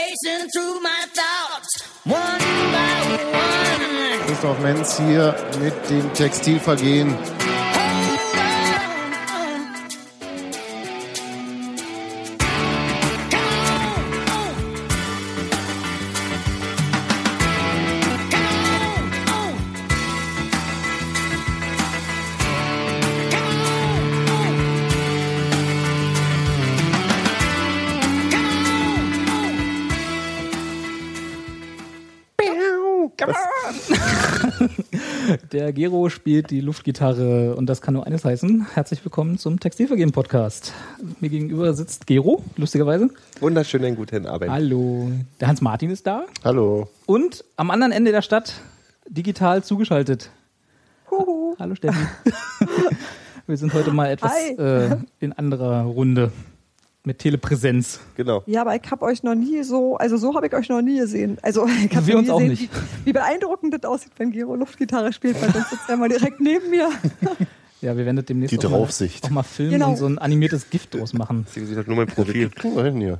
racing through my thoughts, one by one. Christoph Menz hier mit dem Textilvergehen. Der Gero spielt die Luftgitarre und das kann nur eines heißen. Herzlich willkommen zum Textilvergehen-Podcast. Mir gegenüber sitzt Gero, lustigerweise. Wunderschönen guten Abend. Hallo. Der Hans-Martin ist da. Hallo. Und am anderen Ende der Stadt, digital zugeschaltet. Huhu. Hallo Steffi. Wir sind heute mal etwas in anderer Runde. Mit Telepräsenz. Genau. Ja, aber ich habe euch noch nie so habe ich euch noch nie gesehen. Also ich habe Wir uns nie auch gesehen, nicht. wie beeindruckend das aussieht, wenn Gero Luftgitarre spielt, weil das sitzt ja mal direkt neben mir. Ja, wir werden das demnächst Die Draufsicht. auch mal filmen Genau. und so ein animiertes Gift draus machen. Sie sieht halt nur mein Profil. Kriegen wir hin hier.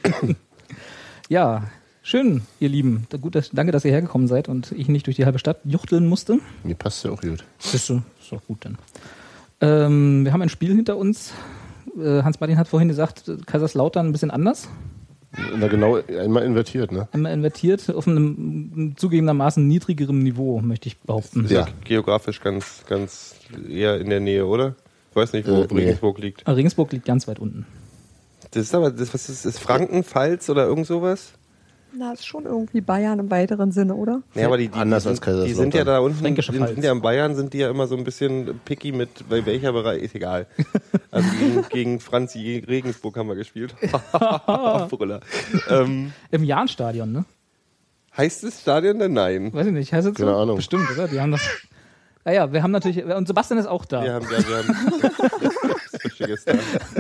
Ja, schön, ihr Lieben. Danke, dass ihr hergekommen seid und ich nicht durch die halbe Stadt juchteln musste. Mir passt ja auch gut. Ist doch gut dann. Wir haben ein Spiel hinter uns. Hans-Martin hat vorhin gesagt, Kaiserslautern ein bisschen anders. Na genau, einmal invertiert, ne? Einmal invertiert auf einem zugegebenermaßen niedrigeren Niveau, möchte ich behaupten. Ist ja geografisch ganz eher in der Nähe, oder? Ich weiß nicht, wo Nee. Regensburg liegt. Regensburg liegt ganz weit unten. Das ist aber, was ist Franken, Pfalz oder irgend sowas? Na, ist schon irgendwie Bayern im weiteren Sinne, oder? Ja, aber die Anders als die Kaiserslautern. sind ja da unten, Fränkische die Pfalz. sind ja in Bayern, sind die ja immer so ein bisschen picky mit, bei welcher Bereich, ist egal. Also gegen Franz Regensburg haben wir gespielt. Brüller. Im Jahnstadion, ne? Heißt das Stadion denn? Nein. Weiß ich nicht, heißt es so? Keine Ahnung. Bestimmt, oder? Die haben das. Naja, wir haben natürlich, und Sebastian ist auch da. Wir haben das Richtiges da.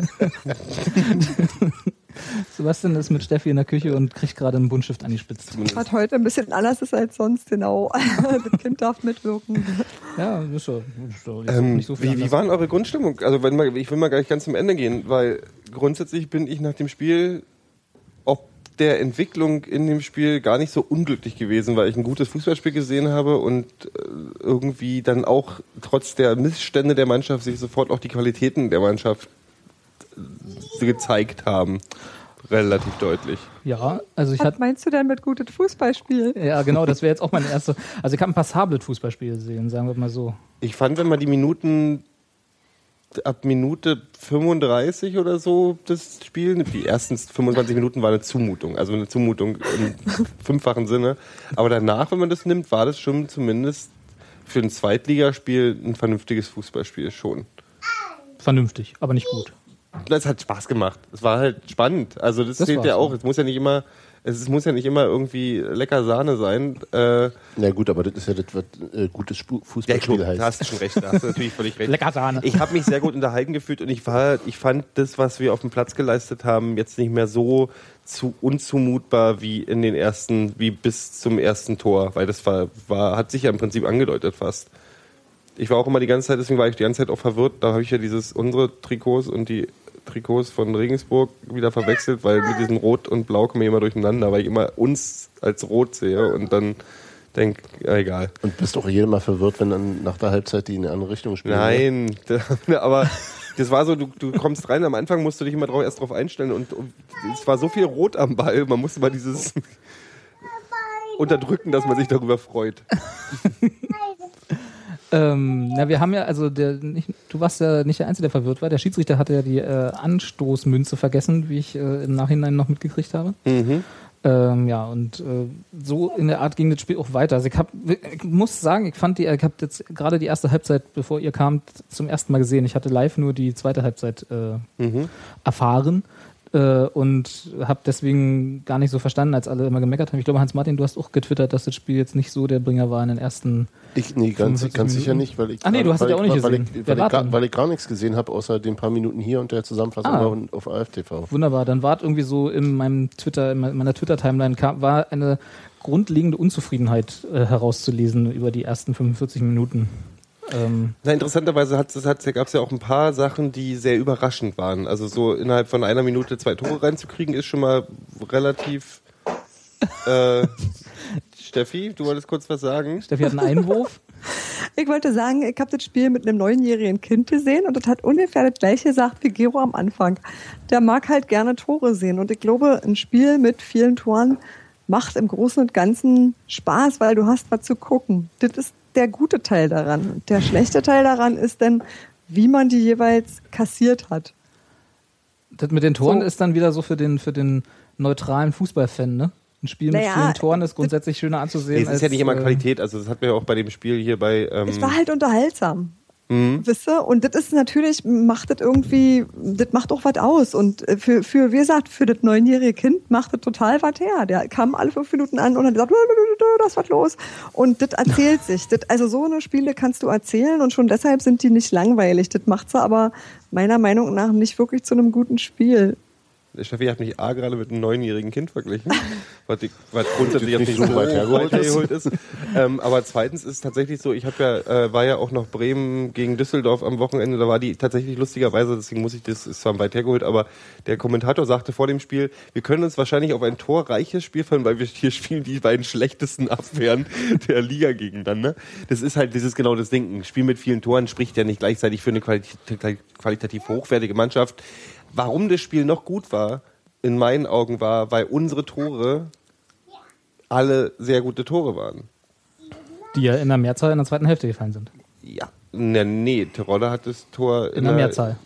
Sebastian ist mit Steffi in der Küche und kriegt gerade einen Buntstift angespitzt. Was heute ein bisschen anders ist als sonst, genau. Das Kind darf mitwirken. Ja, ist doch nicht so viel Wie anders. war denn eure Grundstimmung? Also ich will mal gleich ganz zum Ende gehen, weil grundsätzlich bin ich nach dem Spiel ob der Entwicklung in dem Spiel gar nicht so unglücklich gewesen, weil ich ein gutes Fußballspiel gesehen habe und irgendwie dann auch trotz der Missstände der Mannschaft sich sofort auch die Qualitäten der Mannschaft gezeigt haben. Relativ deutlich. Ja, also ich Was hatte. meinst du denn mit gutes Fußballspiel? Ja, genau, das wäre jetzt auch meine erste. Also ich habe ein passables Fußballspiel gesehen, sagen wir mal so. Ich fand, wenn man die Minuten ab Minute 35 oder so das Spiel, die ersten 25 Minuten war eine Zumutung, also eine Zumutung im fünffachen Sinne. Aber danach, wenn man das nimmt, war das schon zumindest für ein Zweitligaspiel ein vernünftiges Fußballspiel schon. Vernünftig, aber nicht gut. Das hat Spaß gemacht. Es war halt spannend. Also das zählt war's, ja auch. ja. Es muss ja nicht immer irgendwie lecker Sahne sein. Na gut, aber das ist ja das, was gutes Fußballspiel Da heißt. hast du schon recht. Da hast du natürlich völlig recht. Lecker Sahne. Ich habe mich sehr gut unterhalten gefühlt und ich fand das, was wir auf dem Platz geleistet haben, jetzt nicht mehr so unzumutbar wie bis zum ersten Tor, weil das hat sich ja im Prinzip angedeutet fast. Ich war auch immer deswegen war ich die ganze Zeit auch verwirrt, da habe ich ja unsere Trikots und die Trikots von Regensburg wieder verwechselt, weil mit diesem Rot und Blau kommen wir immer durcheinander, weil ich immer uns als Rot sehe und dann denke, egal. Und bist auch jedes Mal verwirrt, wenn dann nach der Halbzeit die in eine andere Richtung spielen. Nein, aber das war so, du kommst rein, am Anfang musst du dich immer erst drauf einstellen und es war so viel Rot am Ball, man musste mal dieses unterdrücken, dass man sich darüber freut. Wir haben ja, also du warst ja nicht der Einzige, der verwirrt war. Der Schiedsrichter hatte ja die Anstoßmünze vergessen, wie ich im Nachhinein noch mitgekriegt habe. So in der Art ging das Spiel auch weiter. Also ich muss sagen, ich habe jetzt gerade die erste Halbzeit, bevor ihr kamt, zum ersten Mal gesehen. Ich hatte live nur die zweite Halbzeit erfahren. Und habe deswegen gar nicht so verstanden, als alle immer gemeckert haben. Ich glaube, Hans-Martin, du hast auch getwittert, dass das Spiel jetzt nicht so der Bringer war in den ersten Ganz 45 sicher nicht, weil ich Ach nee, du hast es ja auch nicht gesehen. weil ich gar nichts gesehen habe, außer den paar Minuten hier und der Zusammenfassung auf AfTV. Wunderbar, dann war es irgendwie so in meiner Twitter-Timeline war eine grundlegende Unzufriedenheit herauszulesen über die ersten 45 Minuten. Na, interessanterweise gab es ja auch ein paar Sachen, die sehr überraschend waren. Also so innerhalb von einer Minute 2 Tore reinzukriegen, ist schon mal relativ Steffi, du wolltest kurz was sagen? Steffi hat einen Einwurf. Ich wollte sagen, ich habe das Spiel mit einem 9-jährigen Kind gesehen und das hat ungefähr das gleiche gesagt wie Gero am Anfang. Der mag halt gerne Tore sehen und ich glaube, ein Spiel mit vielen Toren macht im Großen und Ganzen Spaß, weil du hast was zu gucken. Das ist der gute Teil daran. Der schlechte Teil daran ist dann, wie man die jeweils kassiert hat. Das mit den Toren So. ist dann wieder so für den neutralen Fußballfan, ne? Ein Spiel mit vielen Toren ist grundsätzlich schöner anzusehen. Es ist ja nicht immer Qualität, also das hatten wir ja auch bei dem Spiel hier bei... Es war halt unterhaltsam. Wisst ihr? Und das ist natürlich, macht das irgendwie, das macht auch was aus. Und für wie gesagt, für das 9-jährige Kind macht das total was her. Der kam alle 5 Minuten an und hat gesagt, da ist was los. Und das erzählt sich. Also so eine Spiele kannst du erzählen und schon deshalb sind die nicht langweilig. Das macht sie aber meiner Meinung nach nicht wirklich zu einem guten Spiel. Steffi hat mich gerade mit einem 9-jährigen Kind verglichen, was grundsätzlich jetzt nicht so weit hergeholt ist. Aber zweitens ist es tatsächlich so, ich war ja auch noch Bremen gegen Düsseldorf am Wochenende, da war die tatsächlich lustigerweise, deswegen muss ich das, ist zwar weit hergeholt, aber der Kommentator sagte vor dem Spiel, wir können uns wahrscheinlich auf ein torreiches Spiel freuen, weil wir hier spielen die beiden schlechtesten Abwehren der Liga gegeneinander. Das ist halt genau das Ding. Ein Spiel mit vielen Toren spricht ja nicht gleichzeitig für eine qualitativ hochwertige Mannschaft. Warum das Spiel noch gut war, in meinen Augen war, weil unsere Tore alle sehr gute Tore waren. Die ja in der Mehrzahl in der zweiten Hälfte gefallen sind. Ja. Nee, Terodde hat das Tor In der Mehrzahl.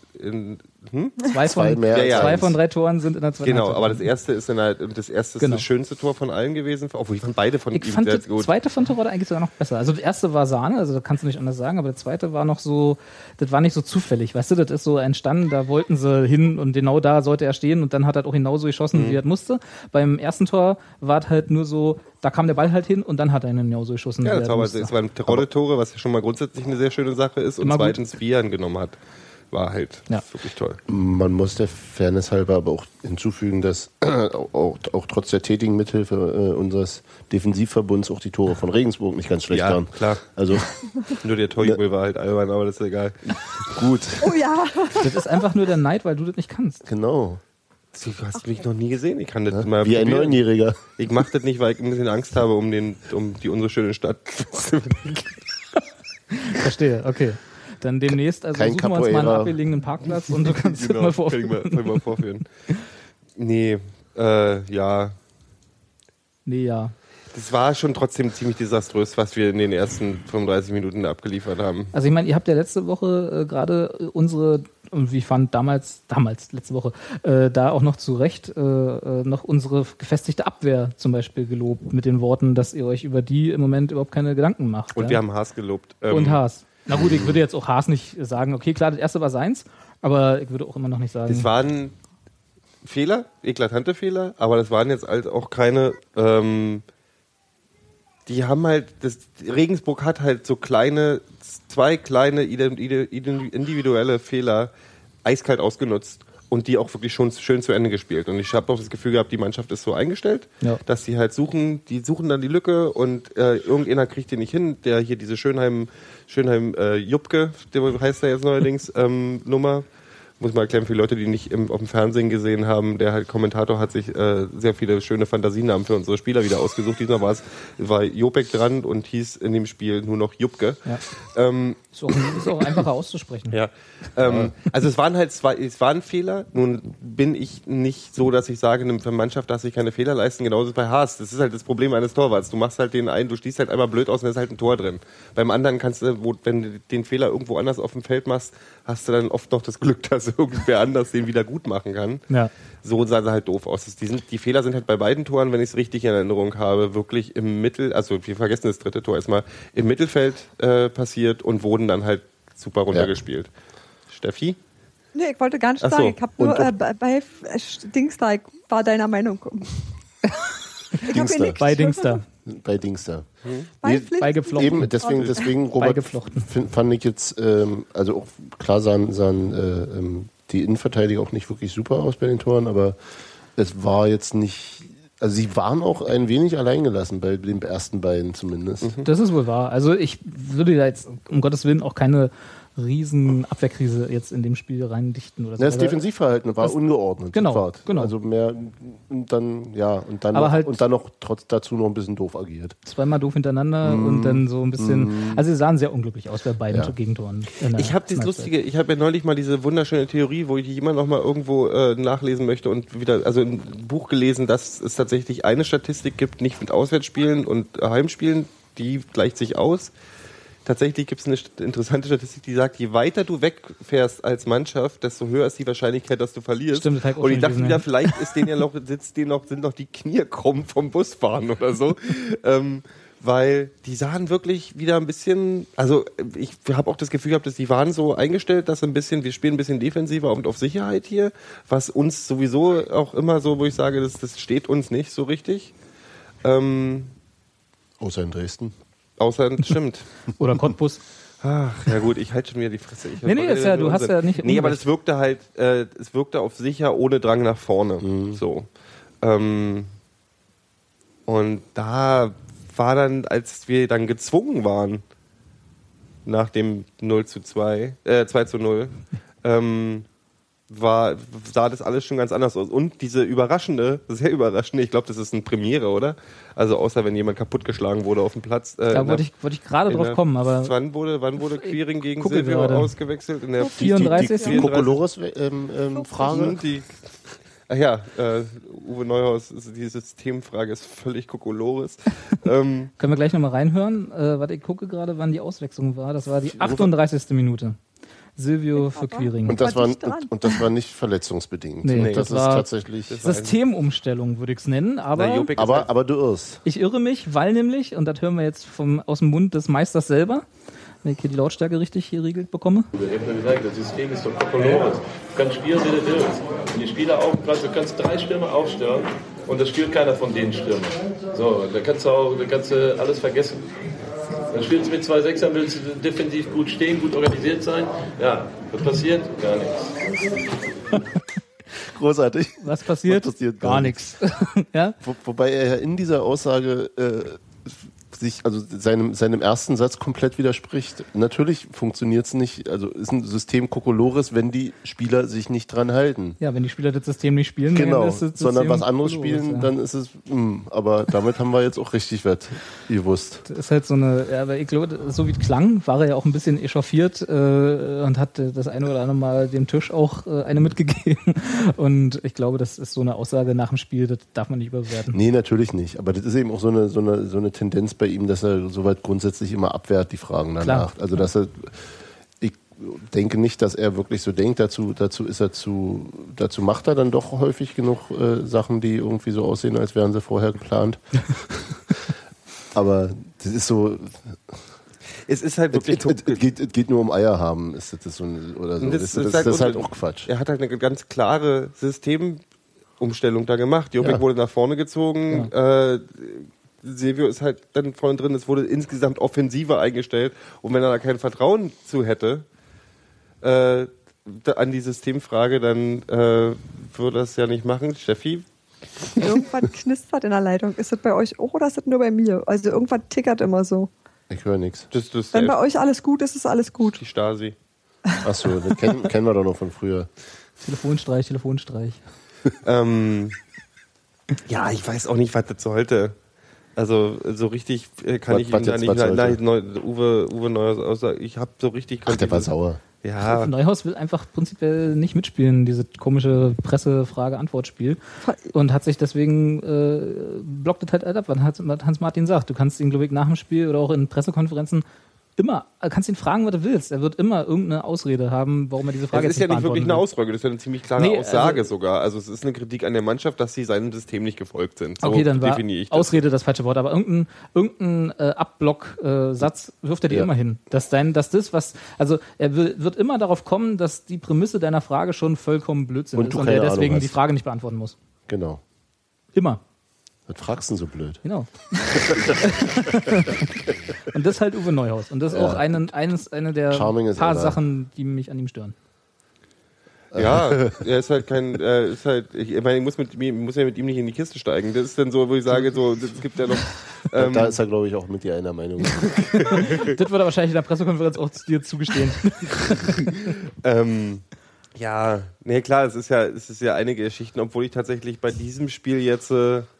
Zwei von 3 Toren sind in der zweiten Genau, Halbzeit. aber das erste ist das schönste Tor von allen gewesen. Obwohl ich fand beide von ihm fand sehr das gut. zweite von Terodde eigentlich sogar noch besser. Also das erste war Sahne, also da kannst du nicht anders sagen, aber der zweite war noch so, das war nicht so zufällig, weißt du, das ist so entstanden, da wollten sie hin und genau da sollte er stehen und dann hat er auch genauso geschossen, wie er musste. Beim ersten Tor war es halt nur so, da kam der Ball halt hin und dann hat er ihn genauso geschossen. Ja, wie das er war musste. es waren Terodde-Tore, was ja schon mal grundsätzlich eine sehr schöne Sache ist. Und Immer gut. zweitens, wie er ihn genommen hat, war halt wirklich toll. Man muss der Fairness halber aber auch hinzufügen, dass auch trotz der tätigen Mithilfe unseres Defensivverbunds auch die Tore von Regensburg nicht ganz schlecht waren. Klar. Also Nur der Torjubel war halt albern, aber das ist egal. gut, Oh ja. Das ist einfach nur der Neid, weil du das nicht kannst. genau. Du hast mich noch nie gesehen. Ich kann das mal Wie ein probieren. 9-Jähriger. Ich mache das nicht, weil ich ein bisschen Angst habe um unsere schöne Stadt. Verstehe, okay. Dann demnächst, also Kein suchen wir uns mal einen Capoeira. abgelegenen Parkplatz und du kannst das mal vorführen. Kann ich mal vorführen. Nee, ja. Nee, ja. Das war schon trotzdem ziemlich desaströs, was wir in den ersten 35 Minuten abgeliefert haben. Also ich meine, ihr habt ja letzte Woche gerade unsere, und wie ich fand, damals, letzte Woche, da auch noch zu Recht noch unsere gefestigte Abwehr zum Beispiel gelobt, mit den Worten, dass ihr euch über die im Moment überhaupt keine Gedanken macht. Und ja? wir haben Haas gelobt. Und Haas. Na gut, ich würde jetzt auch Haas nicht sagen, okay, klar, das erste war seins, aber ich würde auch immer noch nicht sagen. Das waren Fehler, eklatante Fehler, aber das waren jetzt halt auch keine, die haben halt, Regensburg hat halt so zwei kleine individuelle Fehler eiskalt ausgenutzt und die auch wirklich schon schön zu Ende gespielt. Und ich habe auch das Gefühl gehabt, die Mannschaft ist so eingestellt, dass sie halt suchen dann die Lücke und irgendeiner kriegt den nicht hin, der hier diese Schönheim Juppke, der heißt er jetzt neuerdings, Nummer. Muss mal erklären für die Leute, die nicht auf dem Fernsehen gesehen haben, der halt Kommentator hat sich sehr viele schöne Fantasienamen für unsere Spieler wieder ausgesucht. Diesmal war Jopek dran und hieß in dem Spiel nur noch Juppke. Ja. Ist auch einfacher auszusprechen. Ja. Also es waren Fehler. Nun bin ich nicht so, dass ich sage, eine Mannschaft darf sich keine Fehler leisten. Genauso ist es bei Haas. Das ist halt das Problem eines Torwarts. Du machst halt du stehst halt einmal blöd aus und da ist halt ein Tor drin. Beim anderen kannst du, wenn du den Fehler irgendwo anders auf dem Feld machst, hast du dann oft noch das Glück, dass irgendwer anders den wieder gut machen kann. Ja. So sah sie halt doof aus. Die Fehler sind halt bei beiden Toren, wenn ich es richtig in Erinnerung habe, wirklich im also wir vergessen das dritte Tor erstmal, im Mittelfeld passiert und wurden dann halt super runtergespielt. Steffi? Nee, ich wollte gar nicht Ach so. sagen. Ich habe nur bei Dingster, ich war deiner Meinung. Ich hab Dingster. Bei Dingster. Bei Dingster. Bei geflochten. Eben, deswegen Robert, Beigeflochten. fand ich jetzt, also auch klar sahen die Innenverteidiger auch nicht wirklich super aus bei den Toren, aber es war jetzt nicht, also sie waren auch ein wenig alleingelassen bei den ersten beiden zumindest. Das ist wohl wahr. Also ich würde da jetzt um Gottes Willen auch keine riesen Abwehrkrise jetzt in dem Spiel reindichten oder so. Das Defensivverhalten war ungeordnet. Genau, Fahrt. genau. Also mehr und dann noch dazu noch ein bisschen doof agiert. Zweimal doof hintereinander und dann so ein bisschen. Also sie sahen sehr unglücklich aus bei beiden Gegentoren. Ich habe ich habe ja neulich mal diese wunderschöne Theorie, wo ich jemand noch mal irgendwo nachlesen möchte und wieder, also ein Buch gelesen, dass es tatsächlich eine Statistik gibt, nicht mit Auswärtsspielen und Heimspielen, die gleicht sich aus. Tatsächlich gibt es eine interessante Statistik, die sagt, je weiter du wegfährst als Mannschaft, desto höher ist die Wahrscheinlichkeit, dass du verlierst. Stimmt, das hab ich auch und ich schon dachte gelesen, wieder, ja. vielleicht ist sind noch die Knie krumm vom Busfahren oder so. Weil die sahen wirklich wieder ein bisschen, also ich habe auch das Gefühl gehabt, dass die waren so eingestellt, dass wir spielen ein bisschen defensiver und auf Sicherheit hier, was uns sowieso auch immer so, wo ich sage, das steht uns nicht so richtig. Außer in Dresden. Stimmt. Oder Cottbus. Ach, ja gut, ich halte schon wieder die Fresse. Du hast ja nicht. Nee, aber das wirkte halt, es wirkte auf sicher, ohne Drang nach vorne. So. Und da war dann, als wir dann gezwungen waren, nach dem 2:0, sah das alles schon ganz anders aus. Und diese sehr überraschende, ich glaube, das ist eine Premiere, oder? Also außer wenn jemand kaputtgeschlagen wurde auf dem Platz. Da wollte ich gerade drauf kommen, aber. Wann wurde Quiring gegen Silvio ausgewechselt? In der 34. Die Kokolores-Frage. Ach ja, Uwe Neuhaus, die Systemfrage ist völlig Kokolores. Können wir gleich nochmal reinhören? Warte, ich gucke gerade, wann die Auswechslung war. Das war die 38. Minute. Silvio für Quiring. Und das war nicht verletzungsbedingt. Nee, das ist war tatsächlich Systemumstellung, würde ich es nennen. Aber du irrst. Ich irre mich, weil nämlich, und das hören wir jetzt aus dem Mund des Meisters selber, wenn ich hier die Lautstärke richtig hier regelt bekomme. Ich habe ja gesagt, das System ist doch Kokolores. Du kannst spielen, wie du willst. Wenn die Spieler aufpassen, du kannst 3 Stürmer aufstellen und das spielt keiner von den Stürmern. So, da kannst du alles vergessen. Dann spielst du mit 2 Sechsern, willst du defensiv gut stehen, gut organisiert sein. Ja, was passiert? Gar nichts. Großartig. Was passiert? Gar nichts. Ja? Wobei er in dieser Aussage sich seinem ersten Satz komplett widerspricht. Natürlich funktioniert es nicht, also ist ein System Kokolores, wenn die Spieler sich nicht dran halten. Ja, wenn die Spieler das System nicht spielen, genau, dann ist das sondern System was anderes Kokolores, spielen, ja. dann ist es, aber damit haben wir jetzt auch richtig was gewusst. Das ist halt so eine, ja, aber ich glaube, so wie es klang, war er ja auch ein bisschen echauffiert und hat das eine oder andere Mal dem Tisch auch eine mitgegeben. Und ich glaube, das ist so eine Aussage nach dem Spiel, das darf man nicht überbewerten. Nee, natürlich nicht. Aber das ist eben auch so eine Tendenz bei ihm, dass er soweit grundsätzlich immer abwehrt, die Fragen danach. Klar. Also dass ich denke nicht, dass er wirklich so denkt. Dazu macht er dann doch häufig genug Sachen, die irgendwie so aussehen, als wären sie vorher geplant. Aber das ist so. Es ist halt wirklich. Es geht nur um Eier haben, ist das so oder so. Das ist halt auch Quatsch. Er hat halt eine ganz klare Systemumstellung da gemacht. Jobbik wurde nach vorne gezogen. Ja. Silvio ist halt dann vorne drin. Es wurde insgesamt offensiver eingestellt. Und wenn er da kein Vertrauen zu hätte an die Systemfrage, dann würde er es ja nicht machen. Steffi? Irgendwann knistert in der Leitung. Ist das bei euch auch oder ist das nur bei mir? Also irgendwann tickert immer so. Ich höre nichts. Wenn bei euch alles gut ist, ist alles gut. Die Stasi. Achso, das kennen wir doch noch von früher. Telefonstreich. Ja, ich weiß auch nicht, was das sollte. Also so richtig kann ich ihm da nicht. Uwe Neuhaus aussagen. Ich habe so richtig. Ach, der war sauer. Ja. Neuhaus will einfach prinzipiell nicht mitspielen, diese komische Presse-Frage-Antwort-Spiel. Und hat sich deswegen blockt es halt ab, was Hans-Martin sagt. Du kannst ihn, glaube ich, nach dem Spiel oder auch in Pressekonferenzen kannst ihn fragen, was du willst. Er wird immer irgendeine Ausrede haben, warum er diese Frage jetzt nicht beantworten will. Das ist ja nicht wirklich eine Aussage, das ist ja eine ziemlich klare Aussage sogar. Also es ist eine Kritik an der Mannschaft, dass sie seinem System nicht gefolgt sind. So okay, dann war definiere ich das. Ausrede das falsche Wort, aber irgendein Abblock-Satz wirft er dir immer hin. Also er wird immer darauf kommen, dass die Prämisse deiner Frage schon vollkommen Blödsinn ist und er deswegen die Frage nicht beantworten muss. Genau. Immer. Was fragst du denn so blöd? Genau. Und das ist halt Uwe Neuhaus. Und das ist auch eine der paar Sachen, die mich an ihm stören. Ja, er ist halt ich meine, ich muss ja mit ihm nicht in die Kiste steigen. Das ist dann so, wo ich sage, so, es gibt ja noch. Da ist er, glaube ich, auch mit dir einer Meinung. Das würde er wahrscheinlich in der Pressekonferenz auch dir zugestehen. Ja, nee, klar, es ist ja einige Geschichten, obwohl ich tatsächlich bei diesem Spiel jetzt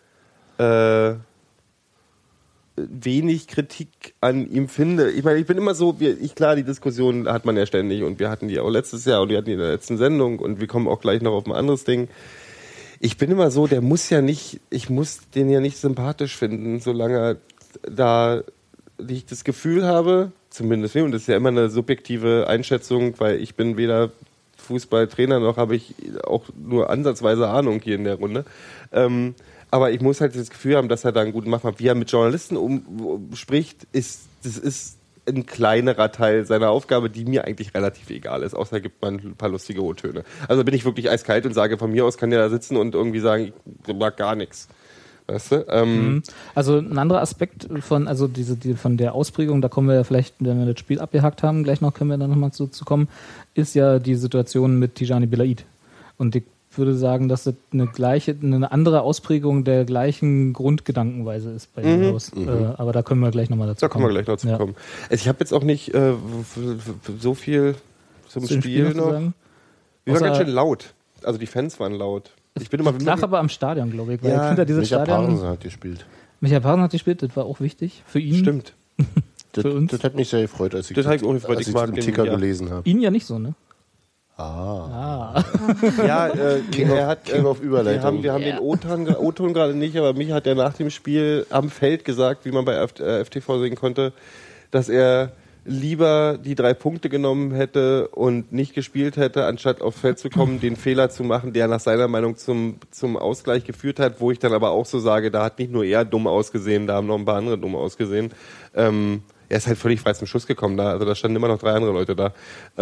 wenig Kritik an ihm finde. Ich meine, ich bin immer so, klar, die Diskussion hat man ja ständig und wir hatten die auch letztes Jahr und wir hatten die in der letzten Sendung und wir kommen auch gleich noch auf ein anderes Ding. Ich bin immer so, ich muss den ja nicht sympathisch finden, solange ich das Gefühl habe, zumindest mir, und das ist ja immer eine subjektive Einschätzung, weil ich bin weder Fußballtrainer noch habe ich auch nur ansatzweise Ahnung hier in der Runde. Aber ich muss halt das Gefühl haben, dass er da einen guten Mach macht. Wie er mit Journalisten spricht, das ist ein kleinerer Teil seiner Aufgabe, die mir eigentlich relativ egal ist, außer er gibt man ein paar lustige O-Töne. Also bin ich wirklich eiskalt und sage, von mir aus kann der da sitzen und irgendwie sagen, ich mag gar nichts. Weißt du? Also ein anderer Aspekt von der Ausprägung, da kommen wir ja vielleicht, wenn wir das Spiel abgehakt haben, gleich noch können wir da nochmal zu kommen, ist ja die Situation mit Tijani Belaid. Und ich würde sagen, dass das eine andere Ausprägung der gleichen Grundgedankenweise ist bei ihm aus. Aber da können wir gleich nochmal dazu kommen. Da können wir gleich noch zu kommen. Also ich habe jetzt auch nicht so viel zum Spiel noch. Wir waren ganz schön laut. Also die Fans waren laut. Ich bin immer lag aber am Stadion, glaube ich. Weil hinter dieses Michael Stadion Parensen hat gespielt. Michael Parensen hat gespielt, das war auch wichtig für ihn. Stimmt. Für uns. Das hat mich sehr gefreut, als ich Das hat mich auch gefreut. als Ich ich mag den den, Ticker ja. gelesen habe. Ihn ja nicht so, ne? Ah. Ja, er hat King of Überleitung. wir haben den O-Ton gerade nicht, aber mich hat er nach dem Spiel am Feld gesagt, wie man bei FTV sehen konnte, dass er lieber die 3 Punkte genommen hätte und nicht gespielt hätte, anstatt aufs Feld zu kommen, den Fehler zu machen, der nach seiner Meinung zum Ausgleich geführt hat, wo ich dann aber auch so sage, da hat nicht nur er dumm ausgesehen, da haben noch ein paar andere dumm ausgesehen. Er ist halt völlig frei zum Schuss gekommen, da standen immer noch 3 andere Leute da.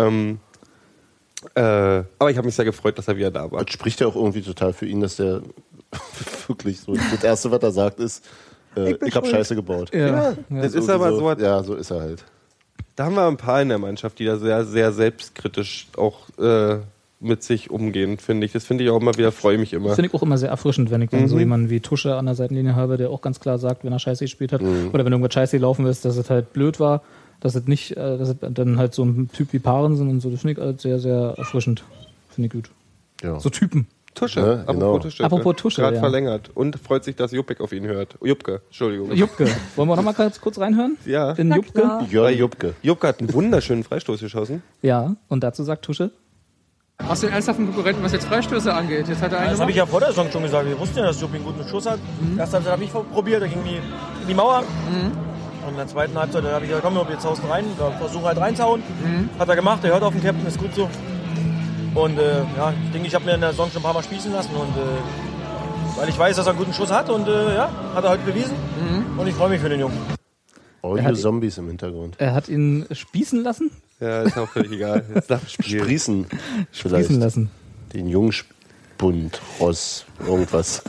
Aber ich habe mich sehr gefreut, dass er wieder da war. Das spricht ja auch irgendwie total für ihn, dass der wirklich so, das Erste, was er sagt, ist, ich habe Scheiße gebaut. Ja. Das ist aber so. Ja, so ist er halt. Da haben wir ein paar in der Mannschaft, die da sehr, sehr selbstkritisch auch mit sich umgehen, finde ich. Das finde ich auch immer wieder, freue mich immer. Das finde ich auch immer sehr erfrischend, wenn ich dann so jemanden wie Tusche an der Seitenlinie habe, der auch ganz klar sagt, wenn er Scheiße gespielt hat oder wenn irgendwas Scheiße gelaufen ist, dass es halt blöd war, dass es nicht, dass es dann halt so ein Typ wie Paaren sind und so. Das finde ich halt sehr, sehr erfrischend. Finde ich gut. Ja. So Typen. Tusche, Ja, genau. Apropos Tusche, gerade ja. verlängert und freut sich, dass Juppek auf ihn hört. Jupke, Entschuldigung. Jupke. Wollen wir noch mal kurz reinhören? Ja. In Na Jupke? klar. Jörn Juppke. Jupke hat einen wunderschönen Freistoß geschossen. Ja. Und dazu sagt Tusche. Hast du einen ernsthaften Konkurrenten, was jetzt Freistöße angeht? Jetzt hat er einen Das habe ich ja vor der Saison schon gesagt. Wir wussten ja, dass Juppie einen guten Schuss hat. Erste Halbzeit habe ich probiert, da ging die Mauer. Und in der zweiten Halbzeit habe ich gesagt, komm, jetzt haust du rein. Da versuche halt reinzuhauen. Hat er gemacht, er hört auf den Captain, ist gut so. Und ja, ich denke, ich habe mir in der Saison schon ein paar Mal spießen lassen. Und weil ich weiß, dass er einen guten Schuss hat. Und ja, hat er heute bewiesen. Und ich freue mich für den Jungen. Audio-Zombies im Hintergrund. Er hat ihn spießen lassen? Ja, ist auch völlig egal. Jetzt nach dem Spiel. Sprießen. Spießen lassen. Den Jungspund, Ross, irgendwas.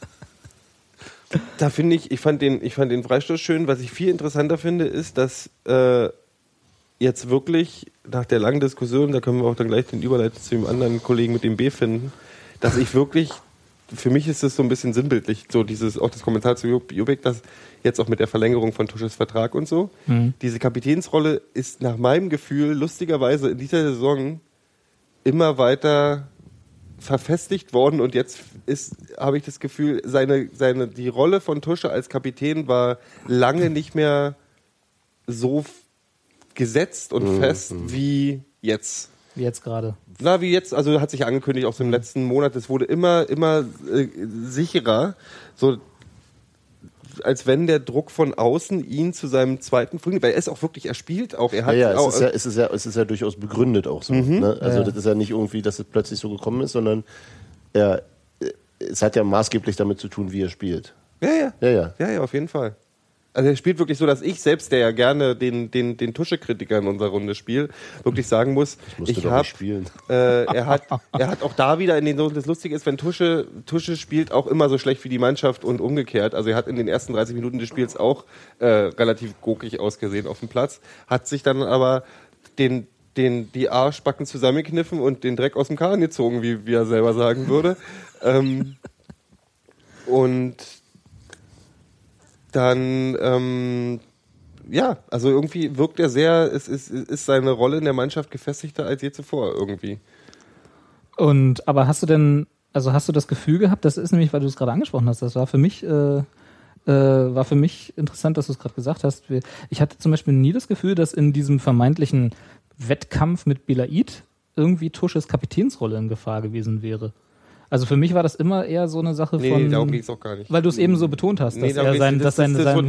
Da finde ich fand den Freistoß schön. Was ich viel interessanter finde, ist, dass jetzt wirklich nach der langen Diskussion, da können wir auch dann gleich den Überleitung zu dem anderen Kollegen mit dem B finden, dass ich wirklich, für mich ist das so ein bisschen sinnbildlich, so auch das Kommentar zu Juppek, dass jetzt auch mit der Verlängerung von Tusches Vertrag und so, diese Kapitänsrolle ist nach meinem Gefühl lustigerweise in dieser Saison immer weiter verfestigt worden und jetzt habe ich das Gefühl, die Rolle von Tusche als Kapitän war lange nicht mehr so gesetzt und fest wie jetzt. Wie jetzt gerade. Na, wie jetzt, also hat sich angekündigt, auch so im letzten Monat, es wurde immer sicherer, so als wenn der Druck von außen ihn zu seinem zweiten Frühling, weil er spielt auch, er hat auch, es ist ja durchaus begründet auch so. Ne? Also das ist ja nicht irgendwie, dass es plötzlich so gekommen ist, sondern es hat ja maßgeblich damit zu tun, wie er spielt. Ja, auf jeden Fall. Also er spielt wirklich so, dass ich selbst, der ja gerne den Tusche-Kritiker in unserer Runde spielt, wirklich sagen muss, er hat auch da wieder das Lustige ist, wenn Tusche spielt auch immer so schlecht wie die Mannschaft und umgekehrt. Also er hat in den ersten 30 Minuten des Spiels auch relativ gokig ausgesehen auf dem Platz, hat sich dann aber die Arschbacken zusammengekniffen und den Dreck aus dem Kahn gezogen, wie er selber sagen würde. Und dann, also irgendwie wirkt er sehr, ist seine Rolle in der Mannschaft gefestigter als je zuvor irgendwie. Aber hast du das Gefühl gehabt, das ist nämlich, weil du es gerade angesprochen hast, das war für mich interessant, dass du es gerade gesagt hast. Ich hatte zum Beispiel nie das Gefühl, dass in diesem vermeintlichen Wettkampf mit Belaid irgendwie Tusches Kapitänsrolle in Gefahr gewesen wäre. Also für mich war das immer eher so eine Sache von... Nee, darum ging es auch gar nicht. Weil du es eben so betont hast, dass er sein... Das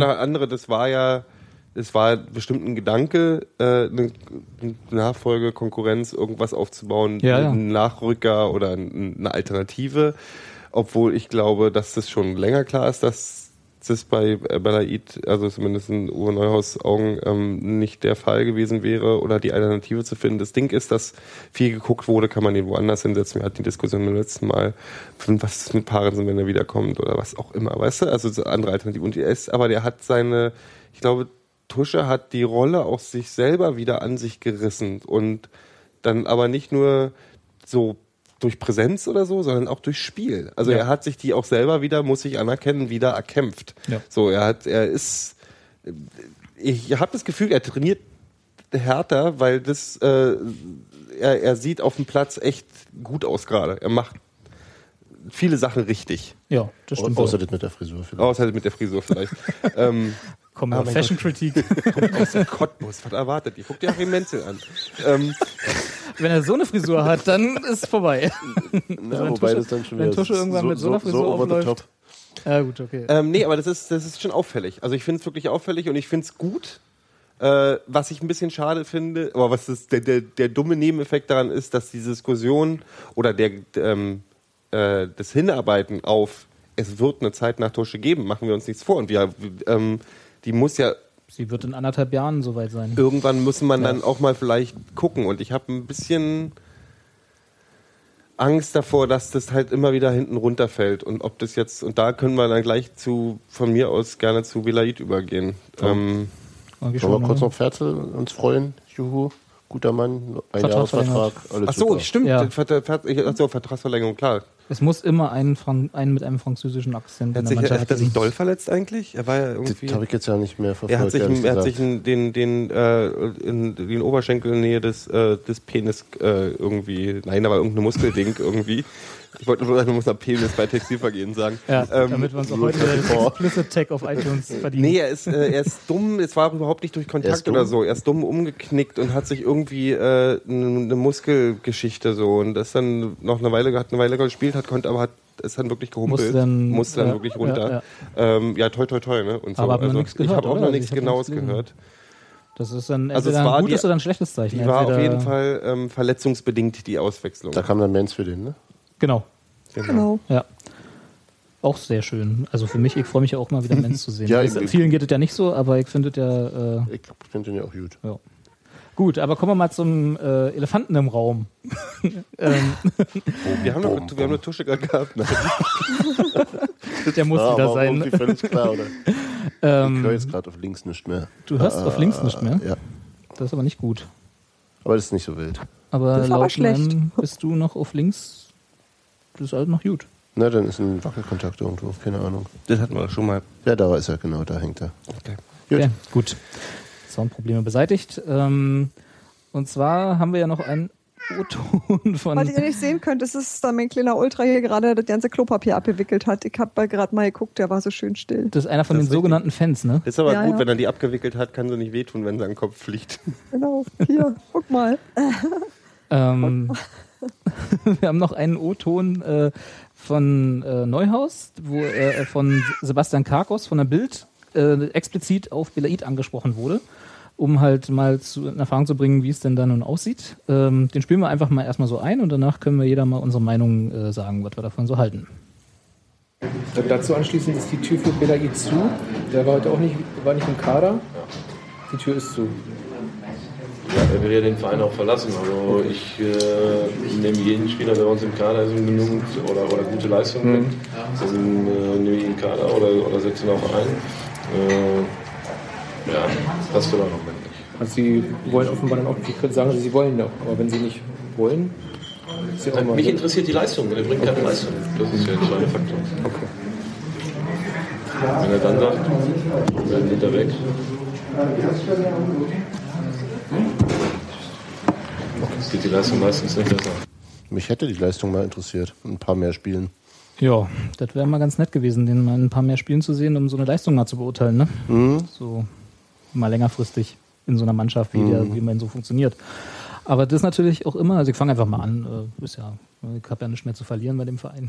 war bestimmt ein Gedanke, eine Nachfolge, Konkurrenz, irgendwas aufzubauen, ein Nachrücker oder eine Alternative. Obwohl ich glaube, dass das schon länger klar ist, dass das bei Belaid, also zumindest in Uwe Neuhaus Augen, nicht der Fall gewesen wäre oder die Alternative zu finden. Das Ding ist, dass viel geguckt wurde, kann man den woanders hinsetzen. Wir hatten die Diskussion beim letzten Mal, was ist mit Parensen, wenn er wiederkommt oder was auch immer, weißt du? Also so andere Alternativen. Und der hat ich glaube, Tusche hat die Rolle auch sich selber wieder an sich gerissen und dann aber nicht nur so durch Präsenz oder so, sondern auch durch Spiel. Also er hat sich die auch selber wieder, muss ich anerkennen, wieder erkämpft. Ja. So, ich habe das Gefühl, er trainiert härter, weil er sieht auf dem Platz echt gut aus gerade. Er macht viele Sachen richtig. Ja, das stimmt. Außer das mit der Frisur vielleicht. Komm, Fashion-Kritik. Kommt aus dem Cottbus. Was erwartet ihr? Guckt dir Achim Menzel an. Wenn er so eine Frisur hat, dann ist vorbei. Wobei das dann schon wieder wenn Tusche irgendwann mit so einer Frisur aufläuft. Ja, gut, okay. Nee, aber das ist schon auffällig. Also ich finde es wirklich auffällig und ich finde es gut. Was ich ein bisschen schade finde, aber was der dumme Nebeneffekt daran ist, dass die Diskussion oder das Hinarbeiten auf es wird eine Zeit nach Tusche geben, machen wir uns nichts vor. Und die muss ja... Sie wird in 1,5 Jahren soweit sein. Irgendwann muss man dann auch mal vielleicht gucken. Und ich habe ein bisschen Angst davor, dass das halt immer wieder hinten runterfällt. Und ob das jetzt... Und da können wir dann gleich von mir aus gerne zu Belaid übergehen. Wollen wir kurz noch Ferzel uns freuen? Juhu. Guter Mann, ein Jahresvertrag, alles Ach so, super. Stimmt. Ja. Vertragsverlängerung, klar. Es muss immer einen mit einem französischen Akzent in der Mannschaft. Hat er sich doll verletzt eigentlich? Er war ja irgendwie... Das habe ich jetzt ja nicht mehr verfolgt. Er hat sich in den Oberschenkelnähe des Penis irgendwie... Nein, da war irgendeine Muskelding irgendwie. Ich wollte nur sagen, man muss nach Penis bei Textilvergehen sagen. Ja, damit wir uns auch heute den Explicit-Tag auf iTunes verdienen. Nee, er ist dumm, es war überhaupt nicht durch Kontakt oder so. Er ist dumm umgeknickt und hat sich irgendwie eine Muskelgeschichte so und das dann noch eine Weile gespielt hat, ist dann wirklich gehumpelt. Musste dann wirklich runter. Toi, ne? Und so. Aber ich habe auch noch nichts Genaues gehört. Das ist dann entweder ein gutes oder ein schlechtes Zeichen. Die war auf jeden Fall verletzungsbedingt, die Auswechslung. Da kam dann Menz für den, ne? Genau. Ja. Auch sehr schön. Also für mich, ich freue mich ja auch mal wieder Menz zu sehen. Ja, vielen geht es ja nicht so, aber ich finde es ja... ich finde den ja auch gut. Ja. Gut, aber kommen wir mal zum Elefanten im Raum. Wir haben eine Tusche gerade gehabt. Der muss wieder sein. Irgendwie völlig klar, oder? Ich höre jetzt gerade auf links nicht mehr. Du hörst auf links nicht mehr? Ja. Das ist aber nicht gut. Aber das ist nicht so wild. Aber das ist laut aber schlecht. Bist du noch auf links? Das ist halt noch gut. Na, dann ist ein Wackelkontakt irgendwo, keine Ahnung. Das hatten wir schon mal. Ja, da ist er, genau, da hängt er. Okay. Gut. Ja, gut. Soundprobleme beseitigt. Und zwar haben wir ja noch einen O-Ton von... Was ihr nicht sehen könnt, ist, dass da mein kleiner Ultra hier gerade das ganze Klopapier abgewickelt hat. Ich habe gerade mal geguckt, der war so schön still. Das ist einer von den sogenannten Fans, ne? Das ist aber gut, wenn er die abgewickelt hat, kann sie nicht wehtun, wenn sie an den Kopf fliegt. Genau, hier, guck mal. Wir haben noch einen O-Ton von Neuhaus, wo von Sebastian Karkos von der Bild explizit auf Belaid angesprochen wurde, um halt mal in Erfahrung zu bringen, wie es denn da nun aussieht. Den spielen wir einfach mal erstmal so ein und danach können wir jeder mal unsere Meinung sagen, was wir davon so halten. Dazu anschließend ist die Tür für Belaid zu. Der war heute auch nicht im Kader. Die Tür ist zu. Ja, er will ja den Verein auch verlassen. Also ich nehme jeden Spieler, der bei uns im Kader ist, genug oder gute Leistung bringt. Also nehme ich ihn im Kader oder setze ihn auch ein. Ja, passt aber noch nicht. Also sie wollen offenbar dann auch, ich könnte sagen, sie wollen doch, aber wenn sie nicht wollen, ist ja auch mal Mich interessiert die Leistung, der bringt keine Leistung. Das ist ja der entscheidende Faktor. Okay. Wenn er dann sagt, dann geht er weg. Geht die Leistung meistens nicht besser. Mich hätte die Leistung mal interessiert. Ein paar mehr Spielen. Ja, das wäre mal ganz nett gewesen, den mal ein paar mehr Spielen zu sehen, um so eine Leistung mal zu beurteilen. Ne? So mal längerfristig in so einer Mannschaft, wie man so funktioniert. Aber das ist natürlich auch immer, also ich fange einfach mal an, ich habe ja nichts mehr zu verlieren bei dem Verein.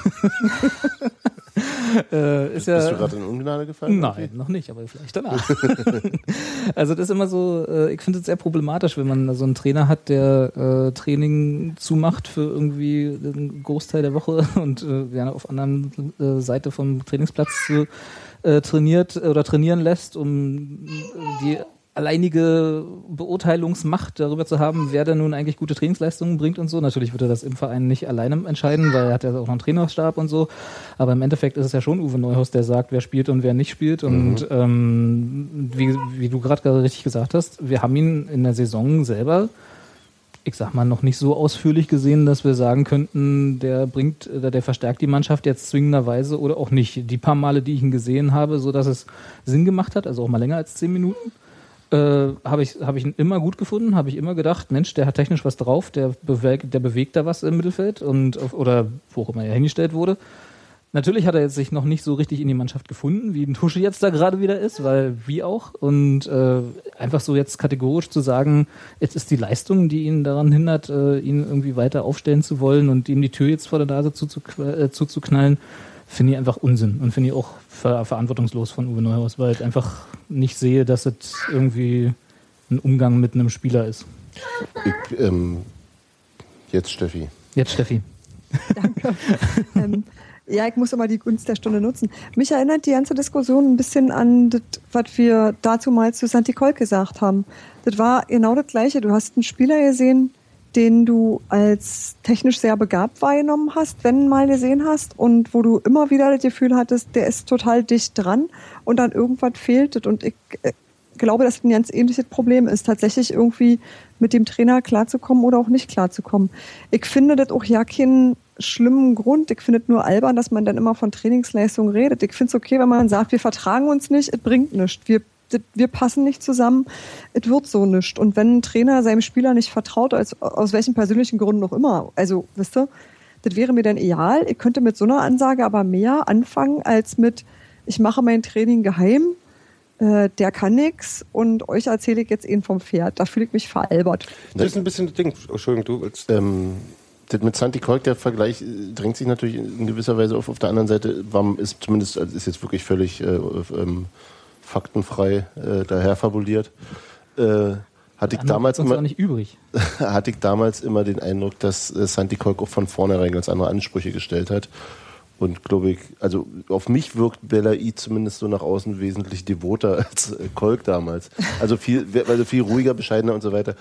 Bist du gerade in Ungnade gefallen? Nein, noch nicht, aber vielleicht danach. Also das ist immer so, ich finde es sehr problematisch, wenn man so einen Trainer hat, der Training zumacht für irgendwie den Großteil der Woche und auf anderen Seite vom Trainingsplatz trainiert oder trainieren lässt, um die alleinige Beurteilungsmacht darüber zu haben, wer denn nun eigentlich gute Trainingsleistungen bringt und so. Natürlich wird er das im Verein nicht alleine entscheiden, weil er hat ja auch noch einen Trainerstab und so. Aber im Endeffekt ist es ja schon Uwe Neuhaus, der sagt, wer spielt und wer nicht spielt. Und wie du gerade richtig gesagt hast, wir haben ihn in der Saison selber, ich sag mal, noch nicht so ausführlich gesehen, dass wir sagen könnten, der verstärkt die Mannschaft jetzt zwingenderweise oder auch nicht. Die paar Male, die ich ihn gesehen habe, so dass es Sinn gemacht hat, also auch mal länger als 10 Minuten, habe ich ihn immer gut gefunden, habe ich immer gedacht, Mensch, der hat technisch was drauf, der bewegt da was im Mittelfeld oder wo auch immer er hingestellt wurde. Natürlich hat er jetzt sich noch nicht so richtig in die Mannschaft gefunden, wie ein Tusche jetzt da gerade wieder ist, weil wie auch. Und einfach so jetzt kategorisch zu sagen, jetzt ist die Leistung, die ihn daran hindert, ihn irgendwie weiter aufstellen zu wollen und ihm die Tür jetzt vor der Nase zuzuknallen, finde ich einfach Unsinn und finde ich auch verantwortungslos von Uwe Neuhaus, weil ich einfach nicht sehe, dass es irgendwie ein Umgang mit einem Spieler ist. Jetzt Steffi. Danke. Ja, ich muss immer die Gunst der Stunde nutzen. Mich erinnert die ganze Diskussion ein bisschen an das, was wir dazu mal zu Santi Kolk gesagt haben. Das war genau das Gleiche. Du hast einen Spieler gesehen, den du als technisch sehr begabt wahrgenommen hast, wenn mal gesehen hast und wo du immer wieder das Gefühl hattest, der ist total dicht dran und dann irgendwas fehlt es. Und ich glaube, dass das ein ganz ähnliches Problem ist, tatsächlich irgendwie mit dem Trainer klarzukommen oder auch nicht klarzukommen. Ich finde das auch ja keinen schlimmen Grund. Ich finde es nur albern, dass man dann immer von Trainingsleistung redet. Ich finde es okay, wenn man sagt, wir vertragen uns nicht, es bringt nichts. Wir passen nicht zusammen, es wird so nichts. Und wenn ein Trainer seinem Spieler nicht vertraut, aus welchen persönlichen Gründen auch immer, also, wisst ihr, das wäre mir dann egal. Ich könnte mit so einer Ansage aber mehr anfangen, als mit, ich mache mein Training geheim, der kann nix und euch erzähle ich jetzt ihn vom Pferd. Da fühle ich mich veralbert. Das ist ein bisschen das Ding. Entschuldigung, du willst... Das mit Santi Kolk, der Vergleich drängt sich natürlich in gewisser Weise auf. Auf der anderen Seite ist zumindest, also ist jetzt wirklich völlig faktenfrei daher fabuliert. Hatte ich damals immer nicht übrig. Hatte ich damals immer den Eindruck, dass Santi Kolk auch von vornherein ganz andere Ansprüche gestellt hat. Und glaube ich, also auf mich wirkt Belaïd zumindest so nach außen wesentlich devoter als Kolk damals. Also viel ruhiger, bescheidener und so weiter.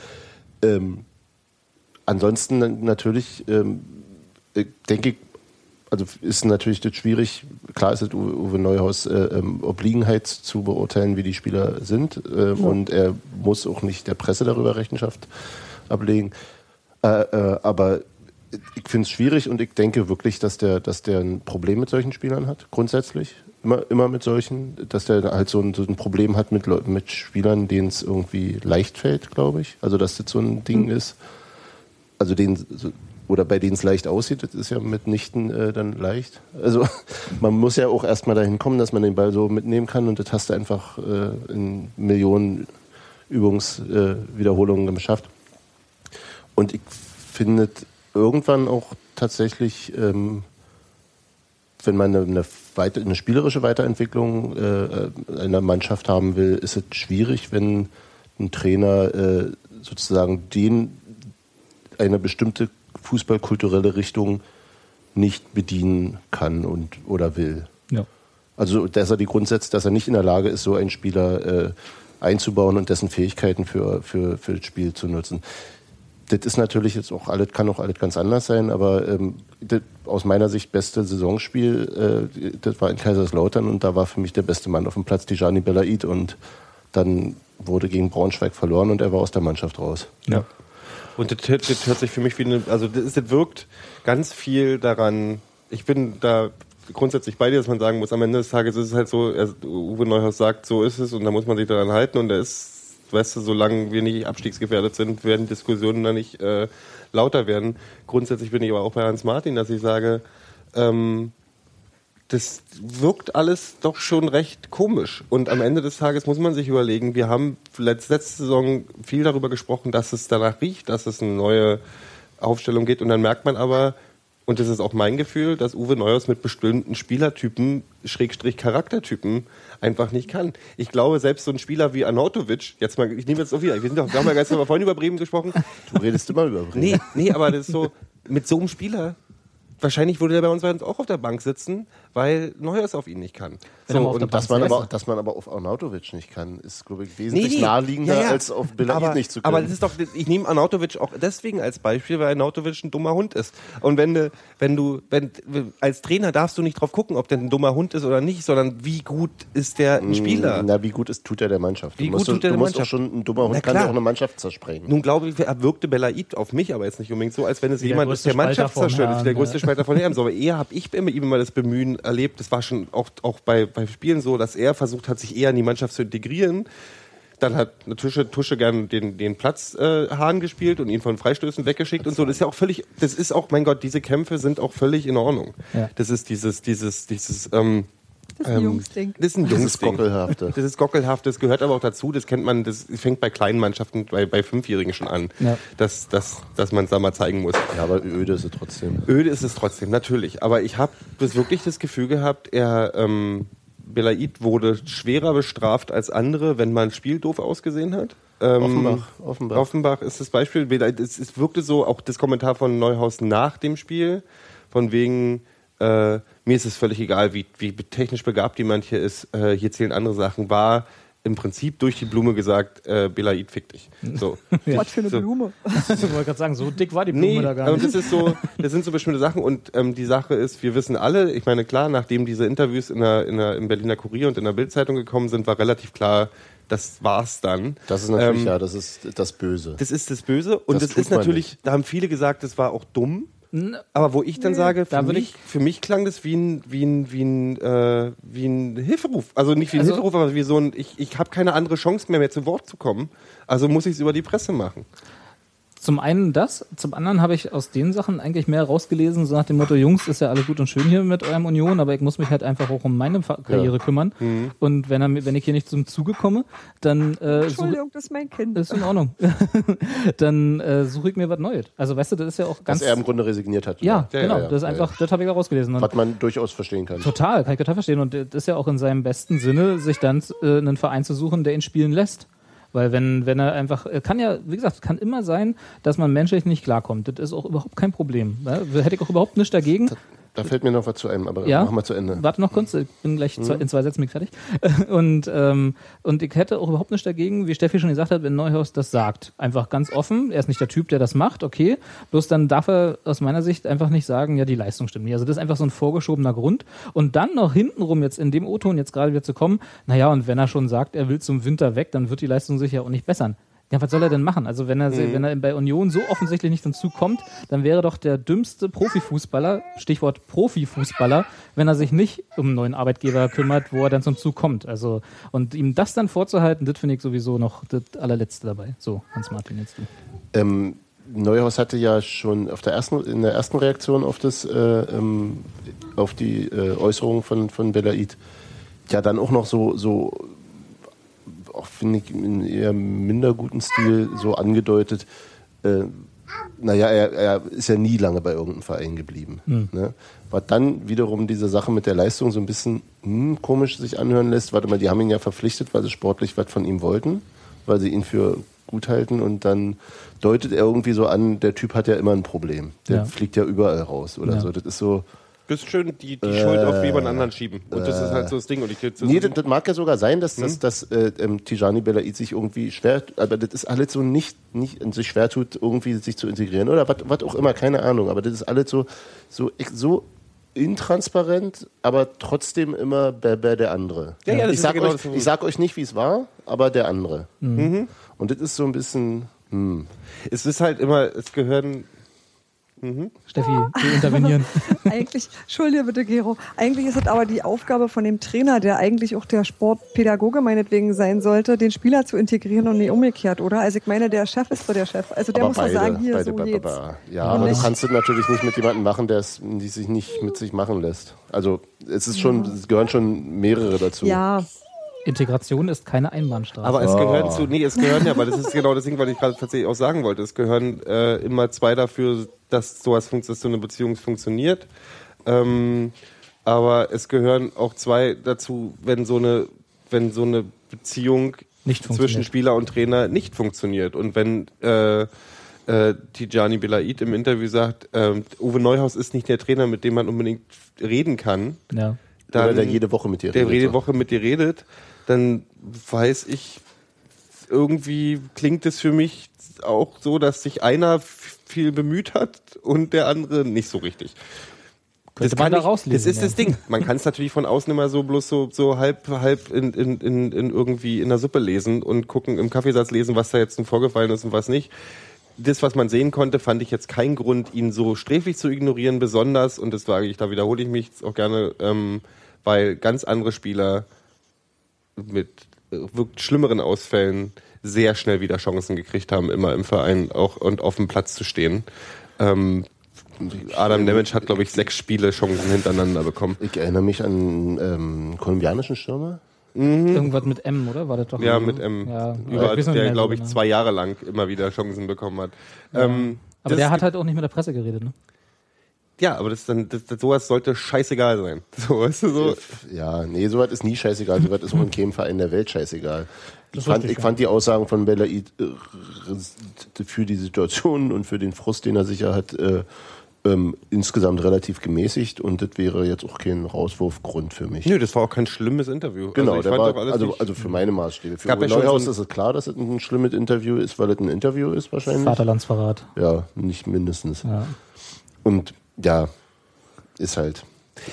Ansonsten natürlich, denke ich, also ist natürlich das schwierig. Klar ist es Uwe Neuhaus Obliegenheit zu beurteilen, wie die Spieler sind. Und er muss auch nicht der Presse darüber Rechenschaft ablegen. Aber ich finde es schwierig und ich denke wirklich, dass der ein Problem mit solchen Spielern hat, grundsätzlich. Immer mit solchen, dass der halt so ein Problem hat mit Spielern, denen es irgendwie leicht fällt, glaube ich. Also dass das so ein Ding ist. Also bei denen es leicht aussieht, das ist ja mitnichten dann leicht. Also man muss ja auch erstmal dahin kommen, dass man den Ball so mitnehmen kann und das hast du einfach in Millionen Übungswiederholungen geschafft. Und ich finde irgendwann auch tatsächlich, wenn man eine spielerische Weiterentwicklung einer Mannschaft haben will, ist es schwierig, wenn ein Trainer sozusagen eine bestimmte fußballkulturelle Richtung nicht bedienen kann oder will. Ja. Also dass er die Grundsätze, dass er nicht in der Lage ist, so einen Spieler einzubauen und dessen Fähigkeiten für das Spiel zu nutzen. Das ist natürlich jetzt auch alles, kann auch alles ganz anders sein, aber das aus meiner Sicht beste Saisonspiel, das war in Kaiserslautern und da war für mich der beste Mann auf dem Platz Tijani Belaïd und dann wurde gegen Braunschweig verloren und er war aus der Mannschaft raus. Ja. Und das hört sich für mich wie das wirkt ganz viel daran. Ich bin da grundsätzlich bei dir, dass man sagen muss, am Ende des Tages ist es halt so, Uwe Neuhaus sagt, so ist es und da muss man sich daran halten und da ist, weißt du, solange wir nicht abstiegsgefährdet sind, werden Diskussionen da nicht lauter werden. Grundsätzlich bin ich aber auch bei Hans Martin, dass ich sage, das wirkt alles doch schon recht komisch. Und am Ende des Tages muss man sich überlegen, wir haben letzte Saison viel darüber gesprochen, dass es danach riecht, dass es eine neue Aufstellung geht. Und dann merkt man aber, und das ist auch mein Gefühl, dass Uwe Neuhaus mit bestimmten Spielertypen, / Charaktertypen, einfach nicht kann. Ich glaube, selbst so ein Spieler wie Arnautovic, ich nehme jetzt auch wieder, wir haben ja gestern vorhin über Bremen gesprochen. Du redest immer über Bremen. Nee, aber das ist so, mit so einem Spieler, wahrscheinlich würde der bei uns auch auf der Bank sitzen, weil Neuhaus auf ihn nicht kann. So, und dass man aber auf Arnautovic nicht kann, ist, glaube ich, wesentlich naheliegender, als auf Belaid nicht zu können. Aber das ist doch, ich nehme Arnautovic auch deswegen als Beispiel, weil Arnautovic ein dummer Hund ist. Und wenn als Trainer darfst du nicht drauf gucken, ob der ein dummer Hund ist oder nicht, sondern wie gut ist der ein Spieler? Na, wie gut tut er der Mannschaft? Du musst auch schon, ein dummer Hund kann ja auch eine Mannschaft zersprengen. Nun glaube ich, er wirkte Belaid auf mich aber jetzt nicht unbedingt so, als wenn es jemand ist, der Mannschaft zerstört, der größte Spalter von Herren. So, aber eher habe ich immer immer das Bemühen erlebt, das war schon auch bei Spielen so, dass er versucht hat, sich eher in die Mannschaft zu integrieren. Dann hat Tusche gern den Platzhahn gespielt und ihn von Freistößen weggeschickt und so. Das ist auch, mein Gott, diese Kämpfe sind auch völlig in Ordnung. Ja. Das ist dieses das ist ein Jungsding. Das ist ein Jungsding. Gockelhafte. Das ist Gockelhaft, das gehört aber auch dazu, das kennt man, das fängt bei kleinen Mannschaften, bei Fünfjährigen schon an, dass man es da mal zeigen muss. Ja, aber öde ist es trotzdem. Öde ist es trotzdem, natürlich. Aber ich habe wirklich das Gefühl gehabt, Belaid wurde schwerer bestraft als andere, wenn man ein Spiel doof ausgesehen hat. Offenbach ist das Beispiel. Es wirkte so, auch das Kommentar von Neuhaus nach dem Spiel, von wegen, mir ist es völlig egal, wie technisch begabt die manche ist, hier zählen andere Sachen, war im Prinzip durch die Blume gesagt, Belaid fick dich. So. Was für eine Blume? Ich wollte gerade sagen, so dick war die Blume da gar nicht. Und das sind so bestimmte Sachen und die Sache ist, wir wissen alle, ich meine klar, nachdem diese Interviews im Berliner Kurier und in der Bild-Zeitung gekommen sind, war relativ klar, das war's dann. Das ist natürlich, das ist das Böse. Das ist das Böse und das ist natürlich, da haben viele gesagt, das war auch dumm. Aber wo ich dann sage, für mich klang das wie ein Hilferuf. Also nicht wie ein Hilferuf, aber wie so ein, ich habe keine andere Chance mehr zu Wort zu kommen. Also muss ich es über die Presse machen. Zum einen das, zum anderen habe ich aus den Sachen eigentlich mehr rausgelesen, so nach dem Motto, Jungs, ist ja alles gut und schön hier mit eurem Union, aber ich muss mich halt einfach auch um meine Karriere kümmern. Mhm. Und wenn ich hier nicht zum Zuge komme, dann Entschuldigung, das ist mein Kind. Das ist in Ordnung. Dann suche ich mir was Neues. Also weißt du, das ist ja auch ganz... Dass er im Grunde resigniert hat. Ja, genau. Das ist einfach, das habe ich da rausgelesen. Und was man durchaus verstehen kann. Total, kann ich total verstehen. Und das ist ja auch in seinem besten Sinne, sich dann einen Verein zu suchen, der ihn spielen lässt. Weil wenn er einfach, kann ja, wie gesagt, kann immer sein, dass man menschlich nicht klarkommt. Das ist auch überhaupt kein Problem. Ne? Hätte ich auch überhaupt nichts dagegen. Da fällt mir noch was zu einem, aber machen wir zu Ende. Warte noch kurz, ich bin gleich in 2 Sätzen fertig. Und ich hätte auch überhaupt nichts dagegen, wie Steffi schon gesagt hat, wenn Neuhaus das sagt. Einfach ganz offen, er ist nicht der Typ, der das macht, okay. Bloß dann darf er aus meiner Sicht einfach nicht sagen, ja, die Leistung stimmt nicht. Also das ist einfach so ein vorgeschobener Grund. Und dann noch hintenrum jetzt in dem O-Ton jetzt gerade wieder zu kommen, naja, und wenn er schon sagt, er will zum Winter weg, dann wird die Leistung sich ja auch nicht bessern. Ja, was soll er denn machen? Also wenn er bei Union so offensichtlich nicht zum Zug kommt, dann wäre doch der dümmste Profifußballer, Stichwort Profifußballer, wenn er sich nicht um einen neuen Arbeitgeber kümmert, wo er dann zum Zug kommt. Also, und ihm das dann vorzuhalten, das finde ich sowieso noch das allerletzte dabei. So, Hans-Martin, jetzt du. Neuhaus hatte ja schon in der ersten Reaktion auf die Äußerung von Belaid ja dann auch noch so auch, finde ich, in eher minder guten Stil so angedeutet, er ist ja nie lange bei irgendeinem Verein geblieben. Ne? Was dann wiederum diese Sache mit der Leistung so ein bisschen komisch sich anhören lässt. Warte mal, die haben ihn ja verpflichtet, weil sie sportlich was von ihm wollten, weil sie ihn für gut halten und dann deutet er irgendwie so an, der Typ hat ja immer ein Problem. Der fliegt ja überall raus oder so. Das ist so... Das ist schön, die Schuld auf jemand anderen schieben. Und das ist halt so das Ding. Und das mag ja sogar sein, dass Tijani Belaid sich irgendwie schwer, aber das ist alles so nicht sich schwer tut, irgendwie sich zu integrieren oder was auch immer, keine Ahnung. Aber das ist alles so intransparent, aber trotzdem immer der andere. Ja, das ich ist sag genau euch, das, was- ich sag euch nicht, wie es war, aber der andere. Und das ist so ein bisschen... Es ist halt immer, es gehören... Steffi, wir intervenieren. Eigentlich, entschuldige bitte, Gero, eigentlich ist es aber die Aufgabe von dem Trainer, der eigentlich auch der Sportpädagoge meinetwegen sein sollte, den Spieler zu integrieren und nicht umgekehrt, oder? Also ich meine, der Chef ist so der Chef. Also der aber muss doch sagen, hier, so geht's. Ja, Und aber du nicht- kannst es natürlich nicht mit jemandem machen, die sich nicht mit sich machen lässt. Also es gehören schon mehrere dazu. Ja, Integration ist keine Einbahnstraße. Aber es gehören es gehören ja, aber das ist genau das Ding, was ich gerade tatsächlich auch sagen wollte. Es gehören immer zwei dafür, dass dass so eine Beziehung funktioniert. Aber es gehören auch zwei dazu, wenn so eine Beziehung Nicht zwischen funktioniert. Spieler und Trainer nicht funktioniert. Und wenn Tijani Belaid im Interview sagt, Uwe Neuhaus ist nicht der Trainer, mit dem man unbedingt reden kann, ja. Oder der jede Woche mit dir der redet. jede Woche mit dir redet, dann weiß ich, irgendwie klingt es für mich auch so, dass sich einer viel bemüht hat und der andere nicht so richtig. Könnte man da rauslesen, das ist ja. das Ding. Man kann es natürlich von außen immer so bloß so halb in irgendwie in der Suppe lesen und gucken, im Kaffeesatz lesen, was da jetzt nun vorgefallen ist und was nicht. Das, was man sehen konnte, fand ich jetzt keinen Grund, ihn so sträflich zu ignorieren, besonders, und das sage ich, da wiederhole ich mich auch gerne, weil ganz andere Spieler mit wirklich schlimmeren Ausfällen sehr schnell wieder Chancen gekriegt haben, immer im Verein auch und auf dem Platz zu stehen. Adam Nemec hat, glaube ich, 6 Spiele Chancen hintereinander bekommen. Ich erinnere mich an kolumbianischen Stürmer. Irgendwas mit M, oder? War das doch? Ja, mit M. Ja, Überall, ich weiß noch nicht der, mehr glaube ich, so genau. 2 Jahre lang immer wieder Chancen bekommen hat. Aber der hat halt auch nicht mit der Presse geredet, ne? Ja, aber sowas sollte scheißegal sein. So, weißt du, so. Ja, nee, sowas ist nie scheißegal. Sowas ist auch in keinem Verein der Welt scheißegal. Ich richtig, fand die Aussagen von Belaid für die Situation und für den Frust, den er sicher hat, insgesamt relativ gemäßigt, und das wäre jetzt auch kein Rauswurfgrund für mich. Nö, das war auch kein schlimmes Interview. Genau, also ich der fand war, doch alles nicht- also für meine Maßstäbe. Für Gab Uwe ja schon Neuhaus so ein- ist es klar, dass es ein schlimmes Interview ist, weil es ein Interview ist wahrscheinlich. Vaterlandsverrat. Ja, nicht mindestens. Ja. Und ja, ist halt.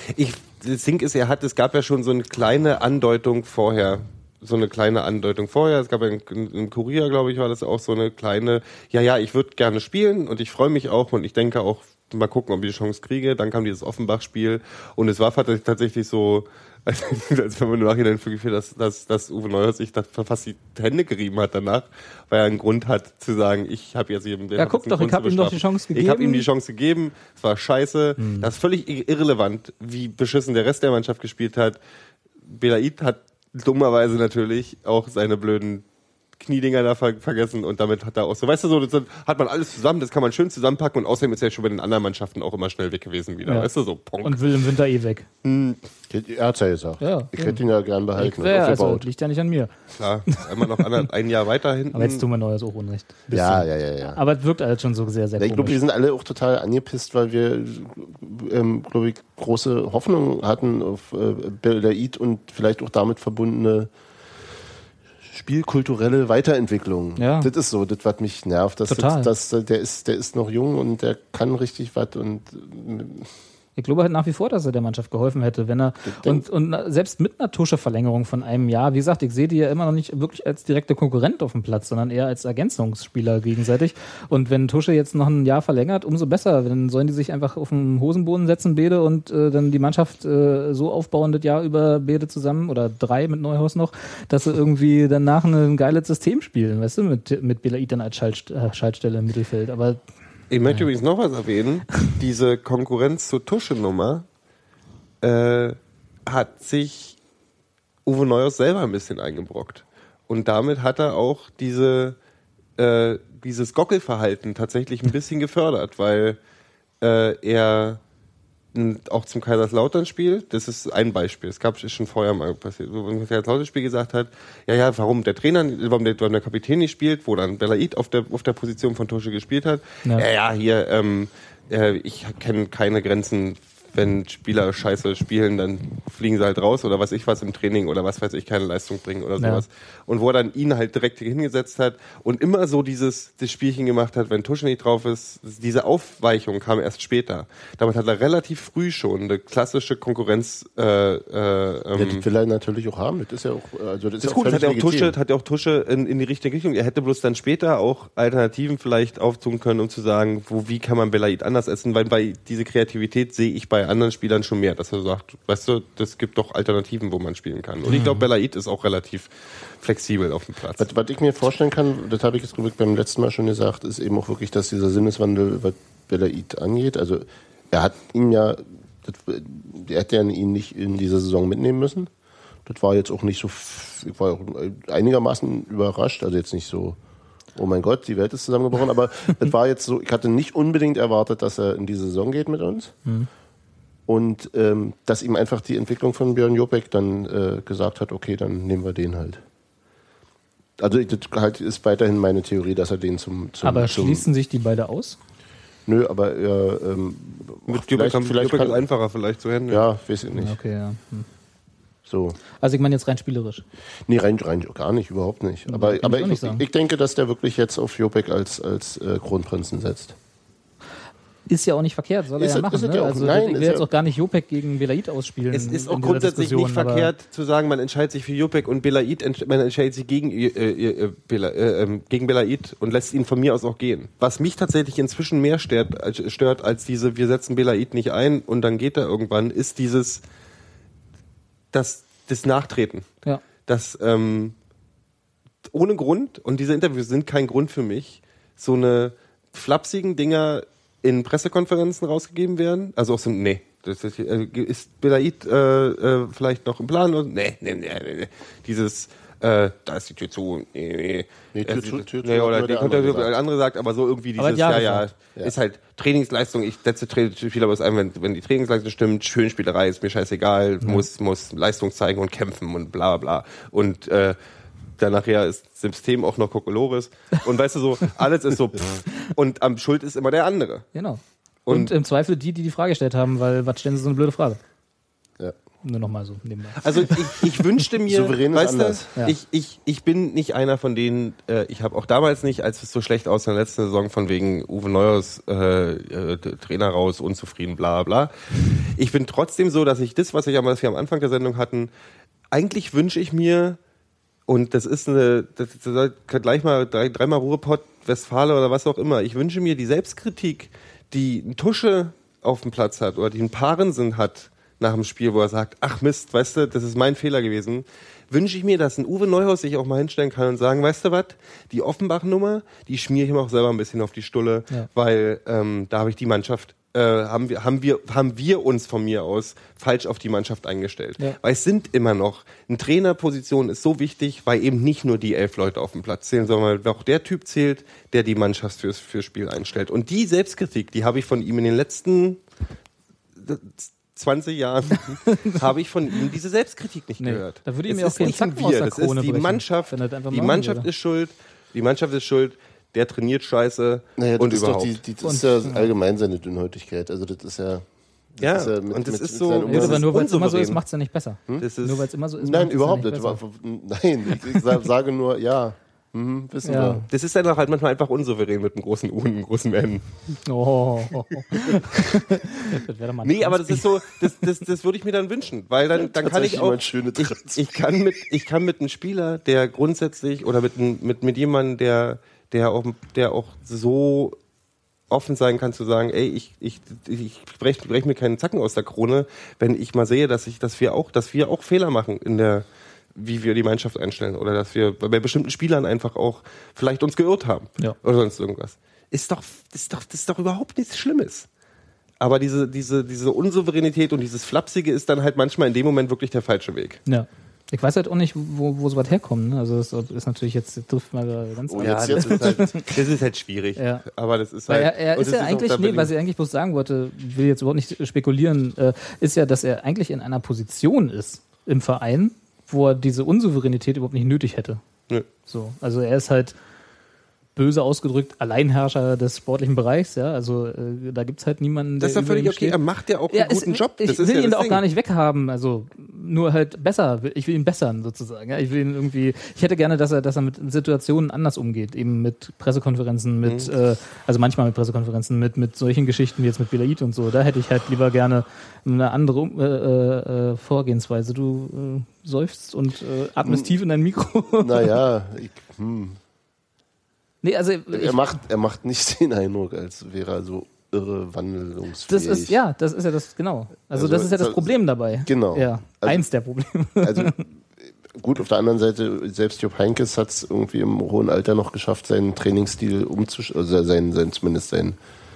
Das Ding ist, es gab ja schon so eine kleine Andeutung vorher. Es gab ja im Kurier, glaube ich, war das auch so eine kleine, ich würde gerne spielen und ich freue mich auch und ich denke auch, mal gucken, ob ich die Chance kriege. Dann kam dieses Offenbach-Spiel und es war tatsächlich so, als wenn man im Nachhinein gefühlt, dass Uwe Neuhaus sich da fast die Hände gerieben hat danach, weil er einen Grund hat zu sagen, ich habe jetzt eben... Ja, guck doch, ich habe ihm doch die Chance gegeben. Ich habe ihm die Chance gegeben, es war scheiße. Das ist völlig irrelevant, wie beschissen der Rest der Mannschaft gespielt hat. Belaid hat dummerweise natürlich auch seine blöden Kniedinger da vergessen und damit hat er auch so, weißt du, so das hat man alles zusammen, das kann man schön zusammenpacken und außerdem ist er schon bei den anderen Mannschaften auch immer schnell weg gewesen wieder, Ja. weißt du, so Ponk. Und will im Winter weg. Er hat's ja gesagt. Ja, ich hätte ihn ja gern behalten. und Also, aufgebaut. liegt ja nicht an mir. Klar, ist immer noch ein Jahr weiter hinten. Aber jetzt tun wir Neues auch Unrecht. Ja. Aber es wirkt alles schon so sehr, sehr Ich glaube, wir komisch. sind alle auch total angepisst, weil wir, glaube ich, große Hoffnung hatten auf Belaid und vielleicht auch damit verbundene spielkulturelle Weiterentwicklung. Ja. Das ist so, das, was mich nervt. Total. Der ist noch jung und der kann richtig was und Ich glaube halt nach wie vor, dass er der Mannschaft geholfen hätte, wenn er und selbst mit einer Tusche-Verlängerung von einem Jahr, wie gesagt, ich sehe die ja immer noch nicht wirklich als direkte Konkurrent auf dem Platz, sondern eher als Ergänzungsspieler gegenseitig. Und wenn Tusche jetzt noch ein Jahr verlängert, umso besser. Dann sollen die sich einfach auf den Hosenboden setzen, Bede, und dann die Mannschaft so aufbauen, das Jahr über Bede zusammen oder 3 mit Neuhaus noch, dass sie irgendwie danach ein geiles System spielen, weißt du, mit Belaid dann als Schaltstelle im Mittelfeld. Aber Ich möchte übrigens noch was erwähnen. Diese Konkurrenz zur Tusche-Nummer hat sich Uwe Neuhaus selber ein bisschen eingebrockt. Und damit hat er auch dieses Gockelverhalten tatsächlich ein bisschen gefördert, weil er auch zum Kaiserslautern-Spiel, das ist ein Beispiel, ist schon vorher mal passiert, wo man Kaiserslautern-Spiel gesagt hat, warum der Kapitän nicht spielt, wo dann Belaid auf der Position von Tusche gespielt hat. Ja. Ich kenne keine Grenzen wenn Spieler scheiße spielen, dann fliegen sie halt raus oder was im Training oder was weiß ich, keine Leistung bringen oder sowas. Und wo er dann ihn halt direkt hingesetzt hat und immer so das Spielchen gemacht hat, wenn Tusche nicht drauf ist, diese Aufweichung kam erst später. Damit hat er relativ früh schon eine klassische Konkurrenz das will er natürlich auch haben. Das ist ja auch, also das ist gut, völlig legitim. hat ja auch Tusche in die richtige Richtung. Er hätte bloß dann später auch Alternativen vielleicht aufzug können, um zu sagen, wie kann man Belaid anders essen, weil bei diese Kreativität sehe ich bei anderen Spielern schon mehr, dass er sagt, weißt du, das gibt doch Alternativen, wo man spielen kann. Und ich glaube, Belaid ist auch relativ flexibel auf dem Platz. Was ich mir vorstellen kann, das habe ich jetzt beim letzten Mal schon gesagt, ist eben auch wirklich, dass dieser Sinneswandel, was Belaid angeht, also er hat ihn ja, er hätte ja ihn nicht in dieser Saison mitnehmen müssen. Das war jetzt auch nicht so, ich war auch einigermaßen überrascht, also jetzt nicht so, oh mein Gott, die Welt ist zusammengebrochen, aber das war jetzt so, ich hatte nicht unbedingt erwartet, dass er in die Saison geht mit uns. Und dass ihm einfach die Entwicklung von Björn Jopek dann gesagt hat, okay, dann nehmen wir den halt. Also das halt ist weiterhin meine Theorie, dass er den zum Aber schließen sich die beide aus? Nö, aber mit Jopek ist einfacher vielleicht zu handeln. Ja, weiß ich nicht. Okay, ja. So. Also ich meine jetzt rein spielerisch. Nee, rein gar nicht, überhaupt nicht. Aber ich denke, dass der wirklich jetzt auf Jopek als Kronprinzen setzt. Ist ja auch nicht verkehrt, soll er ja machen. Ne? Also ich will jetzt auch gar nicht Jopek gegen Belaid ausspielen. Es ist auch grundsätzlich nicht verkehrt zu sagen, man entscheidet sich für Jopek und Belaid, man entscheidet sich gegen Belaid und lässt ihn von mir aus auch gehen. Was mich tatsächlich inzwischen mehr stört als diese, wir setzen Belaid nicht ein und dann geht er irgendwann, ist das Nachtreten. Ja. Das ohne Grund, und diese Interviews sind kein Grund für mich, so eine flapsigen Dinger in Pressekonferenzen rausgegeben werden. Also auch so, nee, ist Belaid vielleicht noch im Plan? Nee. Dieses, da ist die Tür zu. Nee, Tür zu. Oder der andere sagt, aber so irgendwie dieses, ist halt Trainingsleistung, ich setze Spieler bloß ein, wenn die Trainingsleistung stimmt, Schönspielerei ist mir scheißegal, muss Leistung zeigen und kämpfen und bla bla. Und dann nachher ist das System auch noch Kokolores. Und weißt du so, alles ist so pff, und am Schuld ist immer der andere. Genau. Und im Zweifel die Frage gestellt haben, weil was stellen sie so eine blöde Frage? Ja. Nur nochmal so nebenbei. Also ich wünschte mir, souverän ist anders. Ich bin nicht einer von denen, ich habe auch damals nicht, als es so schlecht aussah in der letzten Saison, von wegen Uwe Neuers Trainer raus, unzufrieden, bla bla. Ich bin trotzdem so, dass ich das, was wir am Anfang der Sendung hatten, eigentlich wünsche ich mir, und das ist gleich mal dreimal Ruhrpott, Westfale oder was auch immer. Ich wünsche mir die Selbstkritik, die ein Tusche auf dem Platz hat oder die ein Parensen hat nach dem Spiel, wo er sagt, ach Mist, weißt du, das ist mein Fehler gewesen. Wünsche ich mir, dass ein Uwe Neuhaus sich auch mal hinstellen kann und sagen, weißt du was, die Offenbach-Nummer, die schmiere ich mir auch selber ein bisschen auf die Stulle, weil da habe ich die Mannschaft haben wir uns von mir aus falsch auf die Mannschaft eingestellt. Ja. Weil es sind immer noch, eine Trainerposition ist so wichtig, weil eben nicht nur die 11 Leute auf dem Platz zählen, sondern auch der Typ zählt, der die Mannschaft fürs Spiel einstellt. Und die Selbstkritik, die habe ich von ihm in den letzten 20 Jahren, habe ich von ihm diese Selbstkritik nicht gehört. Da würde ich mir auch keinen Zacken aus der Krone brechen. Die Mannschaft ist schuld, der trainiert scheiße und überhaupt. Das ist ja allgemein seine Dünnhäutigkeit. Also das ist ja... aber nur weil es immer so ist, macht es ja nicht besser. Nur weil es immer so ist, nein, überhaupt nicht. Nein, ich sage nur, wissen wir. Das ist dann auch halt manchmal einfach unsouverän mit einem großen U und einem großen N. Oh. Das wäre doch mal nee, aber das ist so, das würde ich mir dann wünschen, weil dann kann ich auch, ich kann mit einem Spieler, der grundsätzlich, oder mit jemandem, der auch so offen sein kann zu sagen, ey, ich brech mir keinen Zacken aus der Krone, wenn ich mal sehe, dass wir auch Fehler machen in der, wie wir die Mannschaft einstellen, oder dass wir bei bestimmten Spielern einfach auch vielleicht uns geirrt haben oder sonst irgendwas. Das ist doch überhaupt nichts Schlimmes. Aber diese Unsouveränität und dieses Flapsige ist dann halt manchmal in dem Moment wirklich der falsche Weg. Ja. Ich weiß halt auch nicht, wo so was herkommt. Ne? Also das ist natürlich jetzt, trifft mal ganz das ist halt schwierig. Ja. Aber das ist halt... Er ist ja eigentlich, was ich eigentlich bloß sagen wollte, will jetzt überhaupt nicht spekulieren, ist ja, dass er eigentlich in einer Position ist im Verein, wo er diese Unsouveränität überhaupt nicht nötig hätte. Nö. So, also er ist halt böse ausgedrückt Alleinherrscher des sportlichen Bereichs. Ja, also da gibt's halt niemanden, Das ist der ja völlig über ihm okay. steht. Er macht ja auch einen guten Job. Ich Das ist will ja ihn das auch Ding. gar nicht weghaben, also nur halt besser. Ich will ihn bessern sozusagen. Ja, ich hätte gerne, dass er mit Situationen anders umgeht, eben mit Pressekonferenzen, also manchmal mit Pressekonferenzen, mit solchen Geschichten wie jetzt mit Belaid und so. Da hätte ich halt lieber gerne eine andere Vorgehensweise. Du seufzt und atmest tief in dein Mikro. Naja, Nee, also er macht nicht den Eindruck, als wäre er so irre wandlungsfähig. das ist ja das, genau. Also das ist ja das Problem dabei. Genau. Ja, Also- eins der Probleme. Also gut, auf der anderen Seite, selbst Jupp Heynckes hat es irgendwie im hohen Alter noch geschafft, seinen Trainingsstil zumindest seinen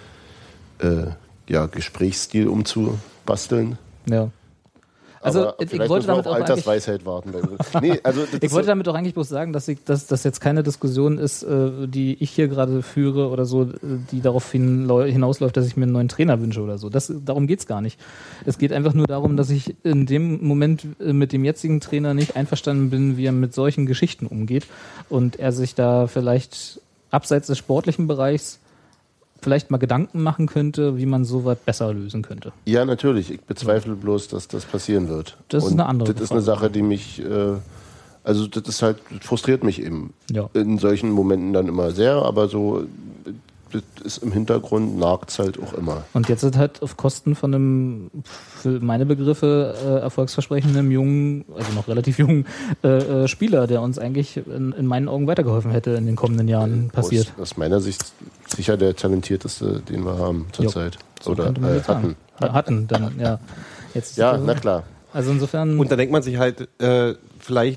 Gesprächsstil umzubasteln. Ja. Also Aber ich vielleicht wollte müssen wir damit auf auch eigentlich, Altersweisheit warten. Nee, also das ich ist wollte so, damit doch eigentlich bloß sagen, dass das jetzt keine Diskussion ist, die ich hier gerade führe oder so, die darauf hinausläuft, dass ich mir einen neuen Trainer wünsche oder so. Darum geht's gar nicht. Es geht einfach nur darum, dass ich in dem Moment mit dem jetzigen Trainer nicht einverstanden bin, wie er mit solchen Geschichten umgeht und er sich da vielleicht abseits des sportlichen Bereichs vielleicht mal Gedanken machen könnte, wie man sowas besser lösen könnte. ja, natürlich. Ich bezweifle bloß, dass das passieren wird. Das ist Und eine andere Das ist eine Frage. Sache, die mich, das ist halt, das frustriert mich eben. Ja. In solchen Momenten dann immer sehr, aber so, das ist im Hintergrund, nagt's halt auch immer. Und jetzt ist halt auf Kosten von einem, für meine Begriffe, erfolgsversprechenden jungen, also noch relativ jungen Spieler, der uns eigentlich in meinen Augen weitergeholfen hätte in den kommenden Jahren passiert. Aus meiner Sicht sicher der talentierteste, den wir haben zurzeit. So Oder könnte man jetzt sagen. hatten. Hatten dann, ja. Jetzt, Ja, na klar. Also insofern, Und da denkt man sich halt, vielleicht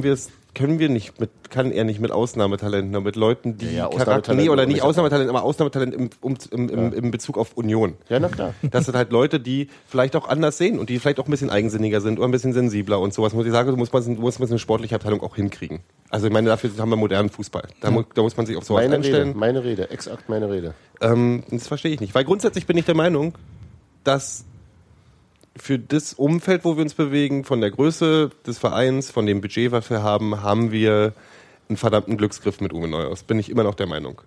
kann er nicht mit Ausnahmetalenten, aber mit Leuten, die Ja, Charakter, Ausnahmetalent oder auch nicht nicht. Ausnahmetalent, aber Ausnahmetalent im Bezug auf Union. Ja, na klar. Das sind halt Leute, die vielleicht auch anders sehen und die vielleicht auch ein bisschen eigensinniger sind oder ein bisschen sensibler und sowas. Muss ich sagen, muss man eine sportliche Abteilung auch hinkriegen. Also ich meine, dafür haben wir modernen Fußball. Da muss man sich auf sowas einstellen. Meine Rede, exakt meine Rede. Das verstehe ich nicht. Weil grundsätzlich bin ich der Meinung, dass für das Umfeld, wo wir uns bewegen, von der Größe des Vereins, von dem Budget, was wir haben wir einen verdammten Glücksgriff mit Uwe Neuhaus. Bin ich immer noch der Meinung.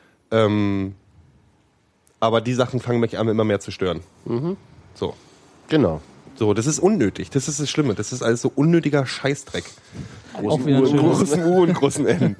Aber die Sachen fangen mich an, immer mehr zu stören. So. Genau. So, das ist unnötig. Das ist das Schlimme. Das ist alles so unnötiger Scheißdreck. auch wieder ein schönes, Großen U und großen N.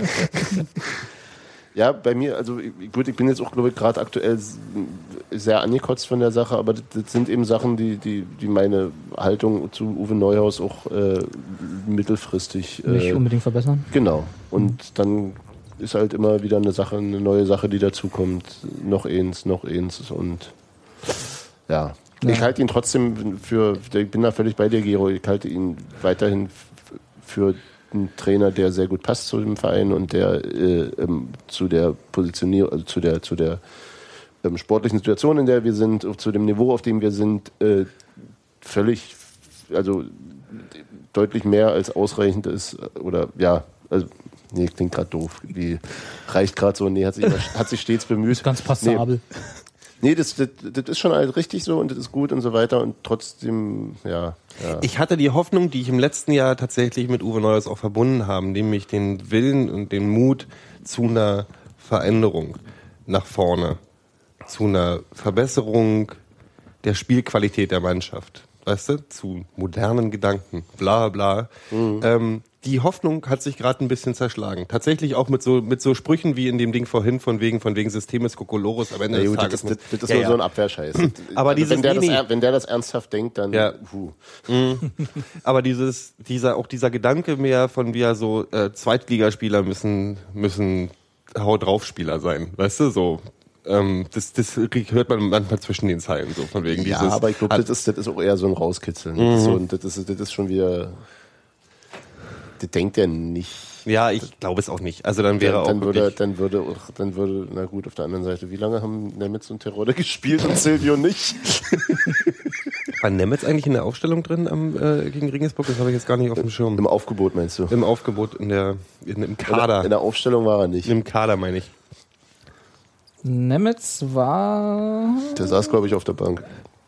Ja, bei mir, also gut, ich bin jetzt auch, glaube ich, gerade aktuell sehr angekotzt von der Sache, aber das sind eben Sachen, die meine Haltung zu Uwe Neuhaus auch mittelfristig nicht unbedingt verbessern. genau. Und dann ist halt immer wieder eine neue Sache, die dazukommt. Noch eins und ja. Ich halte ihn trotzdem ich bin da völlig bei dir, Gero, ich halte ihn weiterhin für einen Trainer, der sehr gut passt zu dem Verein und der zu der Positionierung, also zu der sportlichen Situation, in der wir sind, zu dem Niveau, auf dem wir sind, völlig, also deutlich mehr als ausreichend ist. Oder ja, also nee, klingt gerade doof. Reicht gerade so, nee, hat sich stets bemüht. Ganz passabel. Nee, das ist schon alles richtig so und das ist gut und so weiter und trotzdem, ja. Ich hatte die Hoffnung, die ich im letzten Jahr tatsächlich mit Uwe Neuhaus auch verbunden habe, nämlich den Willen und den Mut zu einer Veränderung nach vorne, zu einer Verbesserung der Spielqualität der Mannschaft, weißt du, zu modernen Gedanken, bla bla. Die Hoffnung hat sich gerade ein bisschen zerschlagen. Tatsächlich auch mit so Sprüchen wie in dem Ding vorhin, von wegen Systemis Kokolores am Ende des Tages. Das ist nur so ein Abwehrscheiß. Aber also dieses wenn der das ernsthaft denkt, dann Ja. Aber dieser Gedanke mehr von wie so Zweitligaspieler müssen Hau drauf Spieler sein, weißt du, so. Das hört man manchmal zwischen den Zeilen, so von wegen ja, dieses. aber ich glaube, das ist auch eher so ein Rauskitzeln. Das ist schon wieder. Das denkt er nicht. Ja, ich glaube es auch nicht. Also dann wäre Dann auch wirklich, würde, na gut, auf der anderen Seite, wie lange haben Nemitz und Terodde gespielt und Silvio nicht? war Nemitz eigentlich in der Aufstellung drin gegen Regensburg? Das habe ich jetzt gar nicht auf dem Schirm. Im Aufgebot meinst du? Im Aufgebot, im Kader. In der Aufstellung war er nicht. Im Kader meine ich. Nemitz war. Der saß, glaube ich, auf der Bank.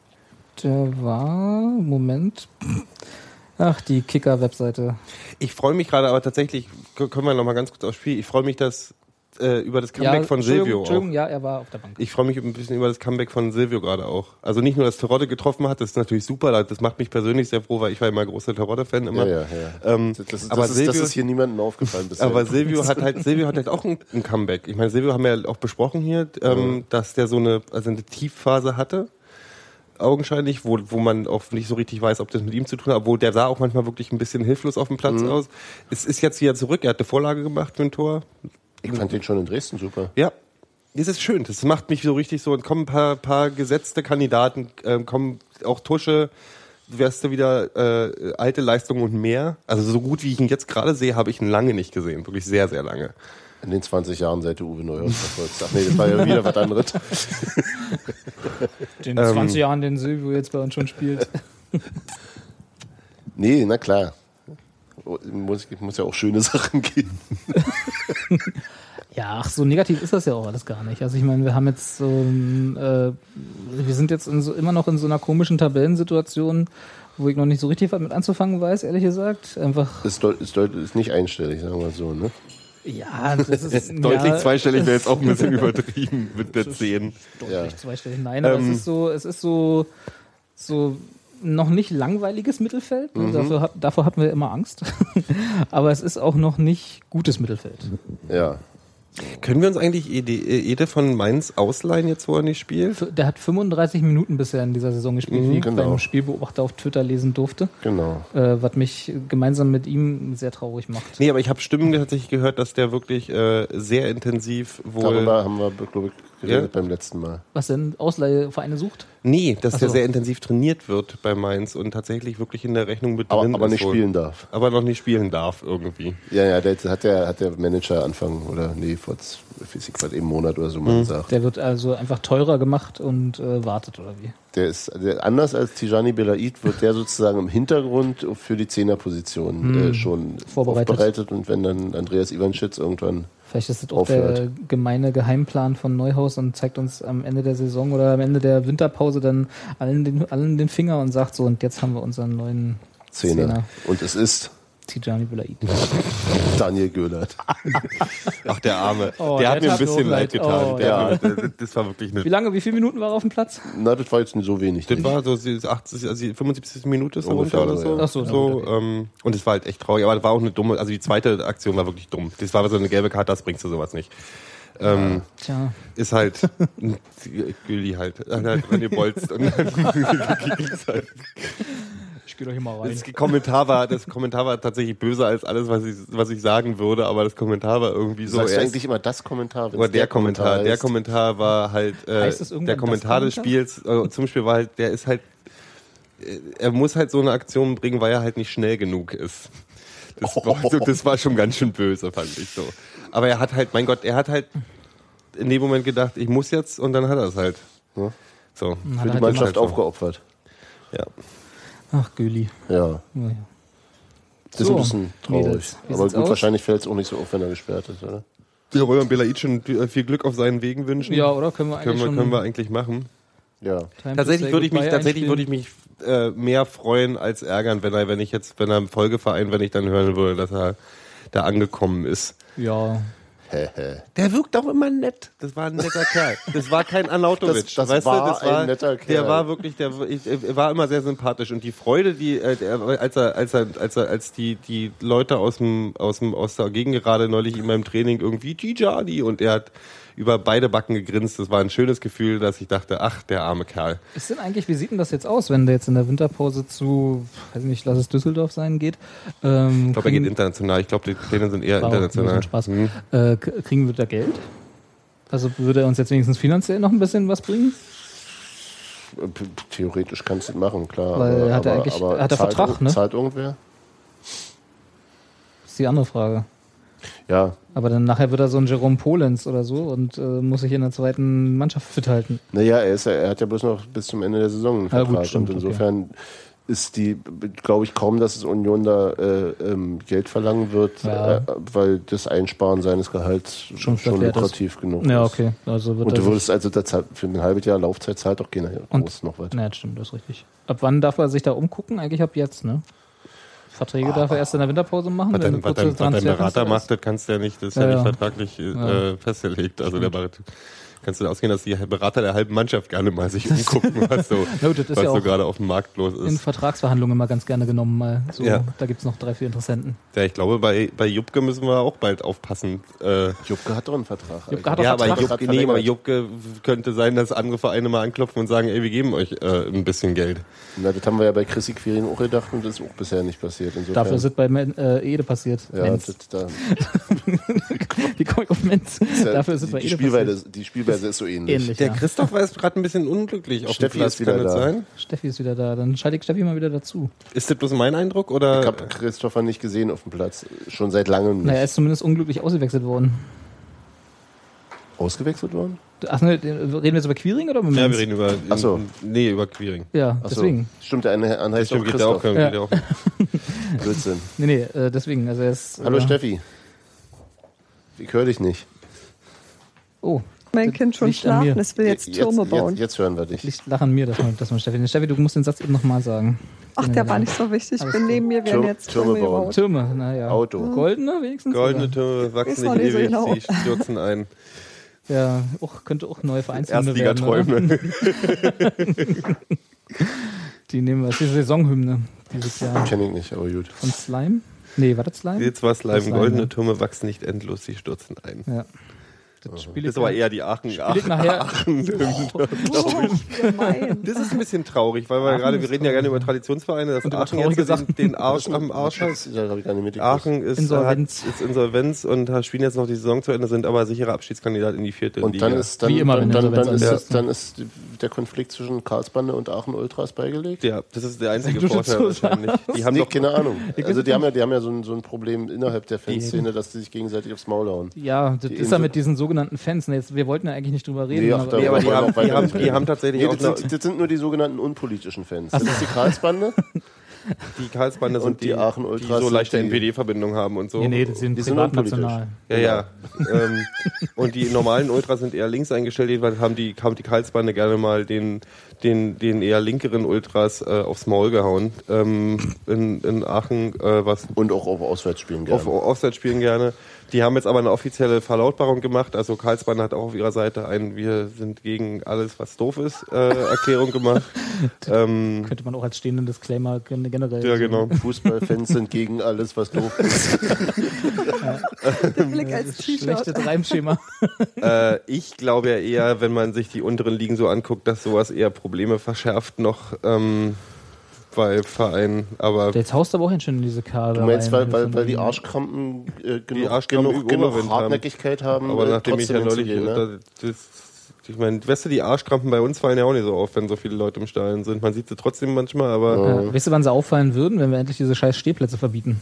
Moment. Ach, die Kicker-Webseite. Ich freue mich gerade, aber tatsächlich, können wir noch mal ganz kurz aufs Spiel, ich freue mich, dass über das Comeback von Silvio auch. Entschuldigung, ja, er war auf der Bank. Ich freue mich ein bisschen über das Comeback von Silvio gerade auch. Also nicht nur, dass Terodde getroffen hat, das ist natürlich super, das macht mich persönlich sehr froh, weil ich war immer großer Terodde-Fan immer. Ja. Das ist hier niemandem aufgefallen bisher. Aber Silvio hat halt auch ein Comeback. Ich meine, Silvio haben wir ja auch besprochen hier, dass der so eine Tiefphase hatte. Augenscheinlich, wo man auch nicht so richtig weiß, ob das mit ihm zu tun hat, obwohl der sah auch manchmal wirklich ein bisschen hilflos auf dem Platz aus. Es ist jetzt wieder zurück, er hat eine Vorlage gemacht für ein Tor. Ich fand den schon in Dresden super. Ja, das ist schön, das macht mich so richtig so, und kommen ein paar gesetzte Kandidaten, kommen auch Tusche, wärst du wieder alte Leistungen und mehr. Also so gut, wie ich ihn jetzt gerade sehe, habe ich ihn lange nicht gesehen, wirklich sehr, sehr lange. In den 20 Jahren seit du Uwe Neuhaus verfolgst. Ach nee, das war ja wieder was anderes. Den 20 Jahren, den Silvio jetzt bei uns schon spielt. Nee, na klar. Muss ja auch schöne Sachen geben. Ja, ach, so negativ ist das ja auch alles gar nicht. Also ich meine, wir haben jetzt so, wir sind jetzt immer noch in so einer komischen Tabellensituation, wo ich noch nicht so richtig was mit anzufangen weiß, ehrlich gesagt. Einfach. Ist nicht einstellig, sagen wir so, ne? Ja, das ist deutlich zweistellig, wäre jetzt auch ein bisschen übertrieben mit der 10. Deutlich zweistellig, nein, aber es ist so noch nicht langweiliges Mittelfeld. Davor hatten wir immer Angst. Aber es ist auch noch nicht gutes Mittelfeld. Ja. Können wir uns eigentlich Ede von Mainz ausleihen, jetzt wo er nicht spielt? Der hat 35 Minuten bisher in dieser Saison gespielt, wie ich beim Spielbeobachter auf Twitter lesen durfte. Genau. Was mich gemeinsam mit ihm sehr traurig macht. Nee, aber ich habe Stimmen tatsächlich gehört, dass der wirklich sehr intensiv wohl... Darüber haben wir, glaube ich, geredet beim letzten Mal. Was denn? Ausleihvereine sucht? Nee, dass der sehr intensiv trainiert wird bei Mainz und tatsächlich wirklich in der Rechnung mit drin aber ist. nicht spielen darf. Aber noch nicht spielen darf irgendwie. Ja, hat der Manager Anfang oder vor einem Monat oder so mal gesagt. Der wird also einfach teurer gemacht und wartet, oder wie? Der anders als Tijani Belaid wird der sozusagen im Hintergrund für die Zehnerposition schon vorbereitet, und wenn dann Andreas Ivanschitz irgendwann vielleicht ist das auch der gemeine Geheimplan von Neuhaus und zeigt uns am Ende der Saison oder am Ende der Winterpause dann allen den Finger und sagt so, und jetzt haben wir unseren neuen Zehner. Und es ist Tijani Belaid. Daniel Göhlert. Ach, der Arme. Der hat mir ein bisschen leid getan. Das war wirklich eine... Wie viele Minuten war er auf dem Platz? Na, das war jetzt nicht so wenig. Das war so 75. Minute ungefähr oder so. Ja. Ach so. Und es war halt echt traurig. Aber das war auch eine dumme... Also die zweite Aktion war wirklich dumm. Das war so eine gelbe Karte, das bringst du sowas nicht. Tja. Ist halt Güli halt. Wenn ihr bolzt. Und dann ging's halt. Ich gehe doch hier mal rein. Das Kommentar war tatsächlich böser als alles, was ich sagen würde, aber das Kommentar war irgendwie so. Sagst du eigentlich immer das Kommentar? Oder der Kommentar. Der Kommentar war halt, der Kommentar des Spiels, zum Spiel war halt, der ist halt, er muss halt so eine Aktion bringen, weil er halt nicht schnell genug ist. Das war schon ganz schön böse, fand ich so. Aber er hat halt, mein Gott, in dem Moment gedacht, ich muss jetzt, und dann hat er es halt. Ja. So. Für die Mannschaft aufgeopfert. Ja. Ach, Güli. Ja. Das ist ein bisschen traurig. Mädels, aber gut, wahrscheinlich fällt es auch nicht so auf, wenn er gesperrt ist, oder? Ja, wollen wir Belaid schon viel Glück auf seinen Wegen wünschen? Ja, oder? Können wir eigentlich machen. Ja. Tatsächlich würde ich mich mehr freuen als ärgern, wenn er im Folgeverein, wenn ich dann hören würde, dass er da angekommen ist. Ja. Der wirkt auch immer nett. Das war ein netter Kerl. Das war kein Arnautovic. Das war ein netter Kerl. Der war wirklich, er war immer sehr sympathisch, und die Freude, als die Leute aus der Gegend gerade neulich in meinem Training irgendwie Tijani, und er hat über beide Backen gegrinst. Das war ein schönes Gefühl, dass ich dachte, ach, der arme Kerl. Wie sieht denn das jetzt aus, wenn der jetzt in der Winterpause zu, weiß nicht, lass es Düsseldorf sein, geht? Ich glaube, er geht international. Ich glaube, die Pläne sind eher international. Spaß. Kriegen wir da Geld? Also würde er uns jetzt wenigstens finanziell noch ein bisschen was bringen? Theoretisch kannst du das machen, klar. Weil hat er Vertrag, ne? Zahlt irgendwer? Das ist die andere Frage. Ja. Aber dann nachher wird er so ein Jerome Polenz oder so und muss sich in der zweiten Mannschaft fit halten. Naja, er hat ja bloß noch bis zum Ende der Saison einen Vertrag. Gut, stimmt, und insofern ist glaube ich, kaum, dass es Union da Geld verlangen wird, weil das Einsparen seines Gehalts schon lukrativ genug ist. Ja, okay. Also und du würdest für ein halbes Jahr Laufzeit zahlt doch keiner groß noch was. Ja, stimmt, das ist richtig. Ab wann darf er sich da umgucken? Eigentlich ab jetzt, ne? Verträge darf er erst in der Winterpause machen. Was wenn dein eine kurze Berater Transferfenster macht, ist. das kannst du ja nicht, das ist Ja, ja nicht ja. vertraglich festgelegt. Also der Berater, kannst du da ausgehen, dass die Berater der halben Mannschaft gerne mal sich umgucken, was so, Ja, gut, das ist was ja so auch gerade auf dem Markt los in ist. Vertragsverhandlungen mal ganz gerne genommen. Mal so, Ja. Da gibt es noch 3, 4 Interessenten. Ja, ich glaube, bei Jupke müssen wir auch bald aufpassen. Jupke hat doch einen Vertrag. Jupke hat doch Ja, aber Vertrag. aber Jupke könnte sein, dass andere Vereine mal anklopfen und sagen, ey, wir geben euch ein bisschen Geld. Na, das haben wir ja bei Chrissy Quirin auch gedacht und das ist auch bisher nicht passiert. Insofern, Dafür ist es bei Ede passiert. ja, Menz. da, Wie komme ich auf Menz? ja, Dafür ist es bei die, Ede Spielweise, passiert. die Spielweise ist so ähnlich. Der Ja. Christoph war jetzt gerade ein bisschen unglücklich auf Steffi dem Platz, ist wieder kann das da. sein? Steffi ist wieder da. Dann schalte ich Steffi mal wieder dazu. Ist das bloß mein Eindruck oder? Ich habe Christopher nicht gesehen auf dem Platz. Schon seit langem nicht. Naja, er ist zumindest unglücklich ausgewechselt worden. Ausgewechselt worden? Ach ne, reden wir jetzt über Quiring oder über Ja, Menz? wir reden über, Ach so. nee, über Quiring. Ja, Ach so. deswegen. Stimmt, der eine an heißt auch Stimmt, geht der auch, Christoph. Ja. geht der auch. Blödsinn. Nee, deswegen. Also er ist, Hallo Steffi. Ich höre dich nicht. Oh, Mein Kind schon Liegt an mir. schlafen, es will jetzt Türme bauen. Jetzt hören wir dich. Licht lachen mir, dass man Steffi. Steffi, du musst den Satz eben nochmal sagen. Ach, der war nicht so wichtig. Alles Bin neben mir, werden jetzt Türme Türme bauen. gebaut. Türme, naja. Auto. Goldene wenigstens? Goldene oder? Türme Ist wachsen noch nicht nicht so ewig, genau. sie stürzen ein. Ja, könnte auch neue Vereinshymne werden. Erstligaträume. Die nehmen wir. Das ist die Saisonhymne dieses Jahr. Kenne ich nicht, aber gut. Von Slime? Nee, war das Slime? Jetzt war Slime. Slime, Goldene ja. Türme wachsen nicht endlos, sie stürzen ein. Ja. Das spiele Das ist aber eher die Aachen. ich nachher. Gemein. Das ist ein bisschen traurig, weil wir reden ja gerne über Traditionsvereine, dass Und über Aachen traurige jetzt Sachen. den Arsch am Arsch hat. Da habe ich gar nicht mitgekriegt. Aachen ist Insolvenz. ist Insolvenz und spielen jetzt noch die Saison zu Ende, sind aber sicherer Abschiedskandidat in die 4. Und Liga. dann ist, dann, Wie immer, wenn dann, dann, Insolvenz dann, ist. ist, dann ist der Konflikt zwischen Karlsbande und Aachen Ultras beigelegt? ja, das ist der einzige Du Vorteil so wahrscheinlich. Die haben Nee, doch keine Ahnung. Also die haben ja so ein Problem innerhalb der Fanszene, dass die sich gegenseitig aufs Maul hauen. Ja, das ist ja mit diesen sogenannten Fans. Ne, wir wollten ja eigentlich nicht drüber reden. Nee, ach, aber da- Nee, aber wollen wir die haben tatsächlich Nee, auch das sind nur die sogenannten unpolitischen Fans. Das ist die Karlsbande. die Karlsbande und sind die Aachen Ultras die so leichte sind die- NPD-Verbindung haben und so. nee, das sind Die sind privatnational. Ja. Und die normalen Ultras sind eher links eingestellt, jedenfalls haben die Karlsbande gerne mal den eher linkeren Ultras aufs Maul gehauen. In Aachen, was Und auch auf Auswärtsspielen gerne. auf Offside-Spielen gerne. Die haben jetzt aber eine offizielle Verlautbarung gemacht. Also Karlsbande hat auch auf ihrer Seite ein Wir sind gegen alles, was doof ist, Erklärung gemacht. Könnte man auch als stehenden Disclaimer generell. Ja, genau. Fußballfans sind gegen alles, was doof ist. Den Blick als T-Shirt. Schlechtes Reimschema. Ich glaube ja eher, wenn man sich die unteren Ligen so anguckt, dass sowas eher Probleme verschärft noch bei Vereinen. Aber Jetzt haust du aber auch ganz schön in diese Kader. Du meinst, rein, weil die Arschkrampen Arschkrampen genug Überwind haben. Hartnäckigkeit haben, aber nachdem ich ja trotzdem neulich, hinzugehen, ne? ich meine, weißt du, die Arschkrampen bei uns fallen ja auch nicht so auf, wenn so viele Leute im Stadion sind. Man sieht sie trotzdem manchmal, aber Ja. Weißt du, wann sie auffallen würden, wenn wir endlich diese scheiß Stehplätze verbieten?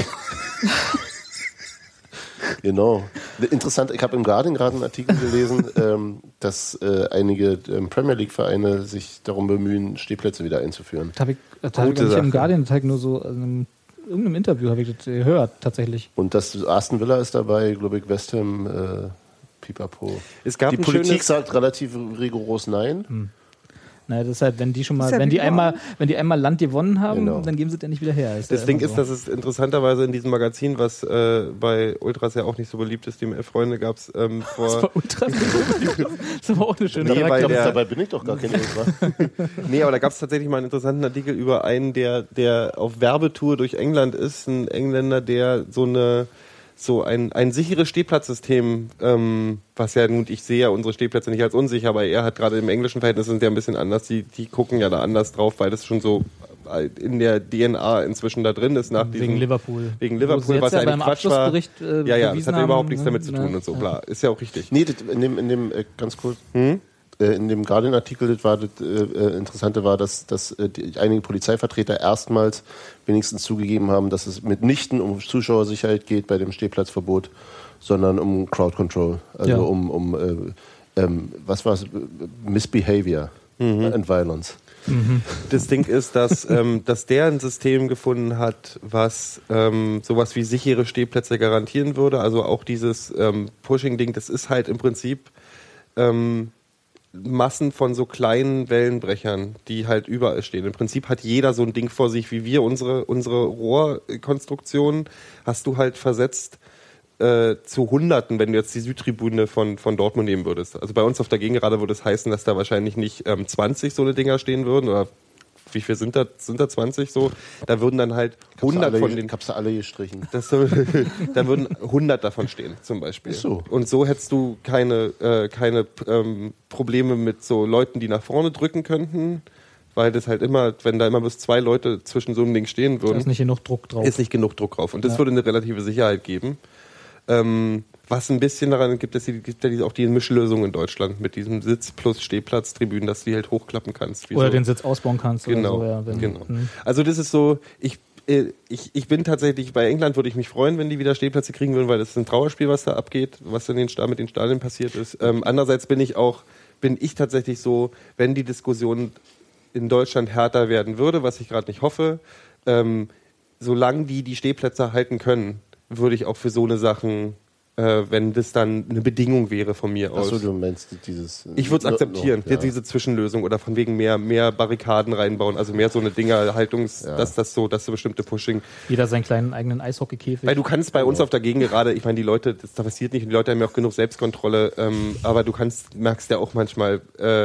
Genau. Interessant, ich habe im Guardian gerade einen Artikel gelesen, dass einige Premier League-Vereine sich darum bemühen, Stehplätze wieder einzuführen. Das habe ich gar Gute nicht Sache. im Guardian, das habe ich nur so in irgendeinem Interview habe ich das gehört, tatsächlich. Und das Aston Villa ist dabei, glaube ich, West Ham, Pipapo. es gab Die ein Politik schönes... sagt relativ rigoros Nein. Naja, das ist halt, wenn die schon mal, Ist ja wenn die wie einmal Land gewonnen haben, Genau. dann geben sie es ja nicht wieder her. Das ja Ding immer ist, so. dass es interessanterweise in diesem Magazin, was bei Ultras ja auch nicht so beliebt ist, die 11 Freunde gab es Das vor... war ultra. Das war auch eine schöne Nee, weil Charakter. der- Dabei bin ich doch gar kein Ultra. Nee, aber da gab es tatsächlich mal einen interessanten Artikel über einen, der auf Werbetour durch England ist. Ein Engländer, der so ein sicheres Stehplatzsystem, was ja nun, ich sehe ja unsere Stehplätze nicht als unsicher, aber er hat gerade im englischen Verhältnis sind ja ein bisschen anders, die gucken ja da anders drauf, weil das schon so in der DNA inzwischen da drin ist nach diesem... Wegen Liverpool. Wegen Wo sie Liverpool, jetzt was ja ja eigentlich beim Quatsch war. Abschlussbericht, Ja, das bewiesen hat überhaupt haben, nichts ne? damit zu tun Ja. und so, klar. Ist ja auch richtig. Nee, in dem ganz kurz, in dem Guardian-Artikel, das Interessante war, dass einige Polizeivertreter erstmals wenigstens zugegeben haben, dass es mitnichten um Zuschauersicherheit geht bei dem Stehplatzverbot, sondern um Crowd Control, also Ja. um was war es, Misbehavior and Violence. Das Ding ist, dass der ein System gefunden hat, was sowas wie sichere Stehplätze garantieren würde. Also auch dieses Pushing-Ding, das ist halt im Prinzip Massen von so kleinen Wellenbrechern, die halt überall stehen. Im Prinzip hat jeder so ein Ding vor sich, wie wir unsere Rohrkonstruktion hast du halt versetzt zu Hunderten, wenn du jetzt die Südtribüne von Dortmund nehmen würdest. Also bei uns auf der Gegengerade würde es heißen, dass da wahrscheinlich nicht 20 so eine Dinger stehen würden oder wie viel sind da 20 so? Da würden dann halt 100 von den... Hab's da alle gestrichen. Da würden 100 davon stehen, zum Beispiel. Ist so. Und so hättest du keine Probleme mit so Leuten, die nach vorne drücken könnten, weil das halt immer, wenn da immer bis 2 Leute zwischen so einem Ding stehen würden... Da ist nicht genug Druck drauf. Ist nicht genug Druck drauf. Und das würde eine relative Sicherheit geben. Was ein bisschen daran gibt, es gibt ja auch die Mischlösung in Deutschland mit diesem Sitz plus Stehplatztribünen, dass du die halt hochklappen kannst. Oder den Sitz ausbauen kannst. Genau, oder so, ja, genau. Also das ist so, ich bin tatsächlich, bei England würde ich mich freuen, wenn die wieder Stehplätze kriegen würden, weil das ist ein Trauerspiel, was da abgeht, was in mit den Stadien passiert ist. Andererseits bin ich tatsächlich so, wenn die Diskussion in Deutschland härter werden würde, was ich gerade nicht hoffe, solange die Stehplätze halten können, würde ich auch für so eine Sachen, wenn das dann eine Bedingung wäre von mir aus. Achso, du meinst dieses... Ich würde es akzeptieren, ja. diese Zwischenlösung oder von wegen mehr Barrikaden reinbauen, also mehr so eine Dinger, dass du bestimmte Pushing... Jeder seinen kleinen eigenen Eishockeykäfig. Weil du kannst bei uns auf der Gegengerade, ich meine, die Leute, das passiert nicht, die Leute haben ja auch genug Selbstkontrolle, aber du merkst ja auch manchmal,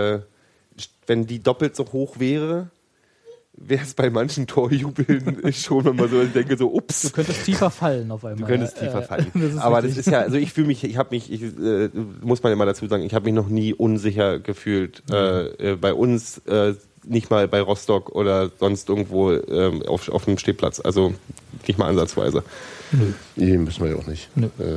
wenn die doppelt so hoch wäre, wäre es bei manchen Torjubeln schon, wenn man so denke, so ups. Du könntest tiefer fallen auf einmal. Du könntest tiefer fallen. Aber das ist ja, also ich fühle mich, muss man ja mal dazu sagen, ich habe mich noch nie unsicher gefühlt. Bei uns, nicht mal bei Rostock oder sonst irgendwo auf einem Stehplatz. Also nicht mal ansatzweise. Nee, müssen wir ja auch nicht.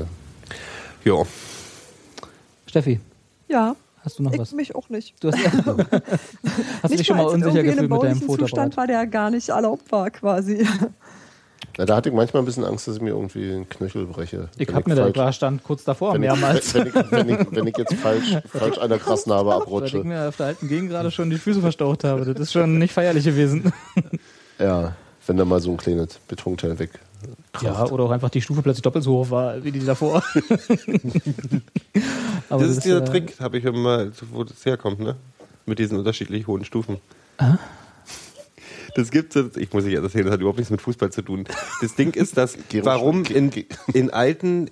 Ja. Steffi, Ja. hast du noch was? Ich mich auch nicht. Du hast dich schon mal unsicher gefühlt mit deinem Zustand Fotoapparat? war, der gar nicht erlaubt war, quasi. Ja, da hatte ich manchmal ein bisschen Angst, dass ich mir irgendwie den Knöchel breche. Ich habe mir da stand kurz davor mehrmals. Wenn ich jetzt falsch an der Grasnarbe Weil ich abrutsche. mir auf der alten Gegend gerade schon die Füße verstaucht habe. Das ist schon nicht feierlich gewesen. Ja, wenn da mal so ein kleines Betonteil weg. Ja, oder auch einfach die Stufe plötzlich doppelt so hoch war wie die davor. Aber Das ist dieser Trick, habe ich immer, wo das herkommt, ne? Mit diesen unterschiedlich hohen Stufen. Das gibt's jetzt, ich muss nicht erzählen, das hat überhaupt nichts mit Fußball zu tun. Das Ding ist, dass warum in alten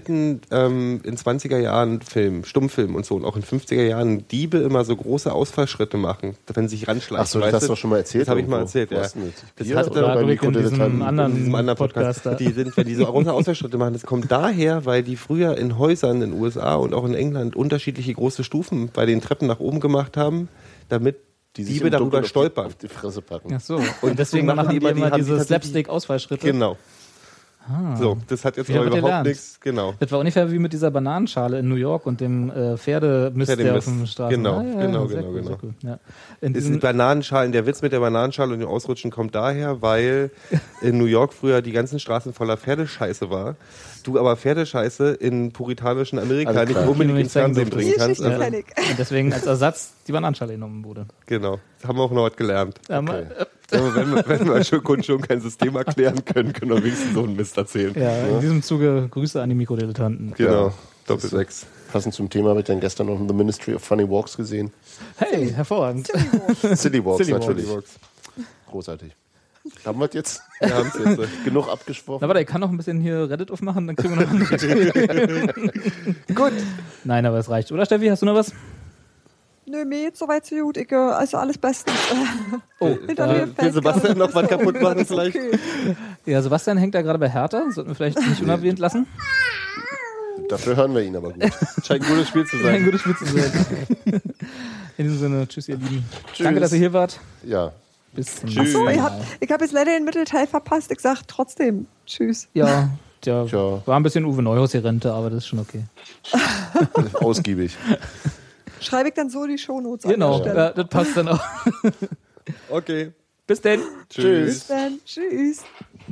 20er Jahren Stummfilmen und so und auch in 50er Jahren Diebe immer so große Ausfallschritte machen, wenn sie sich ranschleichen. Achso, das hast du doch schon mal erzählt. Das habe ich mal erzählt, ja. Das hat bei in diesem anderen Podcast. Wenn die so große Ausfallschritte machen, das kommt daher, weil die früher in Häusern in den USA und auch in England unterschiedliche große Stufen bei den Treppen nach oben gemacht haben, damit die Diebe darüber stolpern. Auf die Fresse packen. Ach so. Und deswegen machen die immer diese Slapstick-Ausfallschritte. Genau. So, das hat jetzt Wieder aber was überhaupt gelernt. nichts. Genau. Das war ungefähr wie mit dieser Bananenschale in New York und dem Pferdemist, der auf dem Straßen. Genau, Sehr genau. cool, sehr cool. Ja. Das sind Bananenschalen. Der Witz mit der Bananenschale und dem Ausrutschen kommt daher, weil in New York früher die ganzen Straßen voller Pferdescheiße war. Du aber Pferdescheiße in puritanischen Amerika nicht unbedingt ins Fernsehen bringen kannst. Also, Und deswegen als Ersatz die Bananenschale genommen wurde. Genau. Das haben wir auch noch was gelernt. Okay. Aber wenn wir schon kein System erklären können wir wenigstens so einen Mist erzählen. Ja, in diesem Zuge Grüße an die Mikrodilettanten. Genau. Doppel 6. Passend zum Thema habe ich dann gestern noch The Ministry of Funny Walks gesehen. Hey, hervorragend. Silly Walks, Silly natürlich. Walks. Großartig. Haben wir es jetzt? Wir haben es jetzt. Genug abgesprochen. Na warte, ich kann noch ein bisschen hier Reddit aufmachen, dann kriegen wir noch andere Themen. Gut. Nein, aber es reicht. Oder Steffi, hast du noch was? Nö, mir jetzt soweit so gut. Also alles Bestens. Oh, Hinter mir Will fällt Sebastian noch was kaputt machen vielleicht? okay. ja, Sebastian hängt da gerade bei Hertha. Sollten wir vielleicht nicht unerwähnt lassen. Dafür hören wir ihn aber gut. Scheint ein gutes Spiel zu Ein sein. gutes Spiel zu sein. In diesem Sinne, tschüss ihr Lieben. Tschüss. Danke, dass ihr hier wart. Ja. Bis zum Tschüss. So, nächsten Mal. ich hab jetzt leider den Mittelteil verpasst. Ich sag trotzdem Tschüss. Ja, tja, Tja. war ein bisschen Uwe Neuhaus die Rente, aber das ist schon okay. Ausgiebig. Schreibe ich dann so die Shownotes an Genau, der ja, Stelle. das passt dann auch. Okay. Bis denn. Tschüss. Bis dann. Tschüss.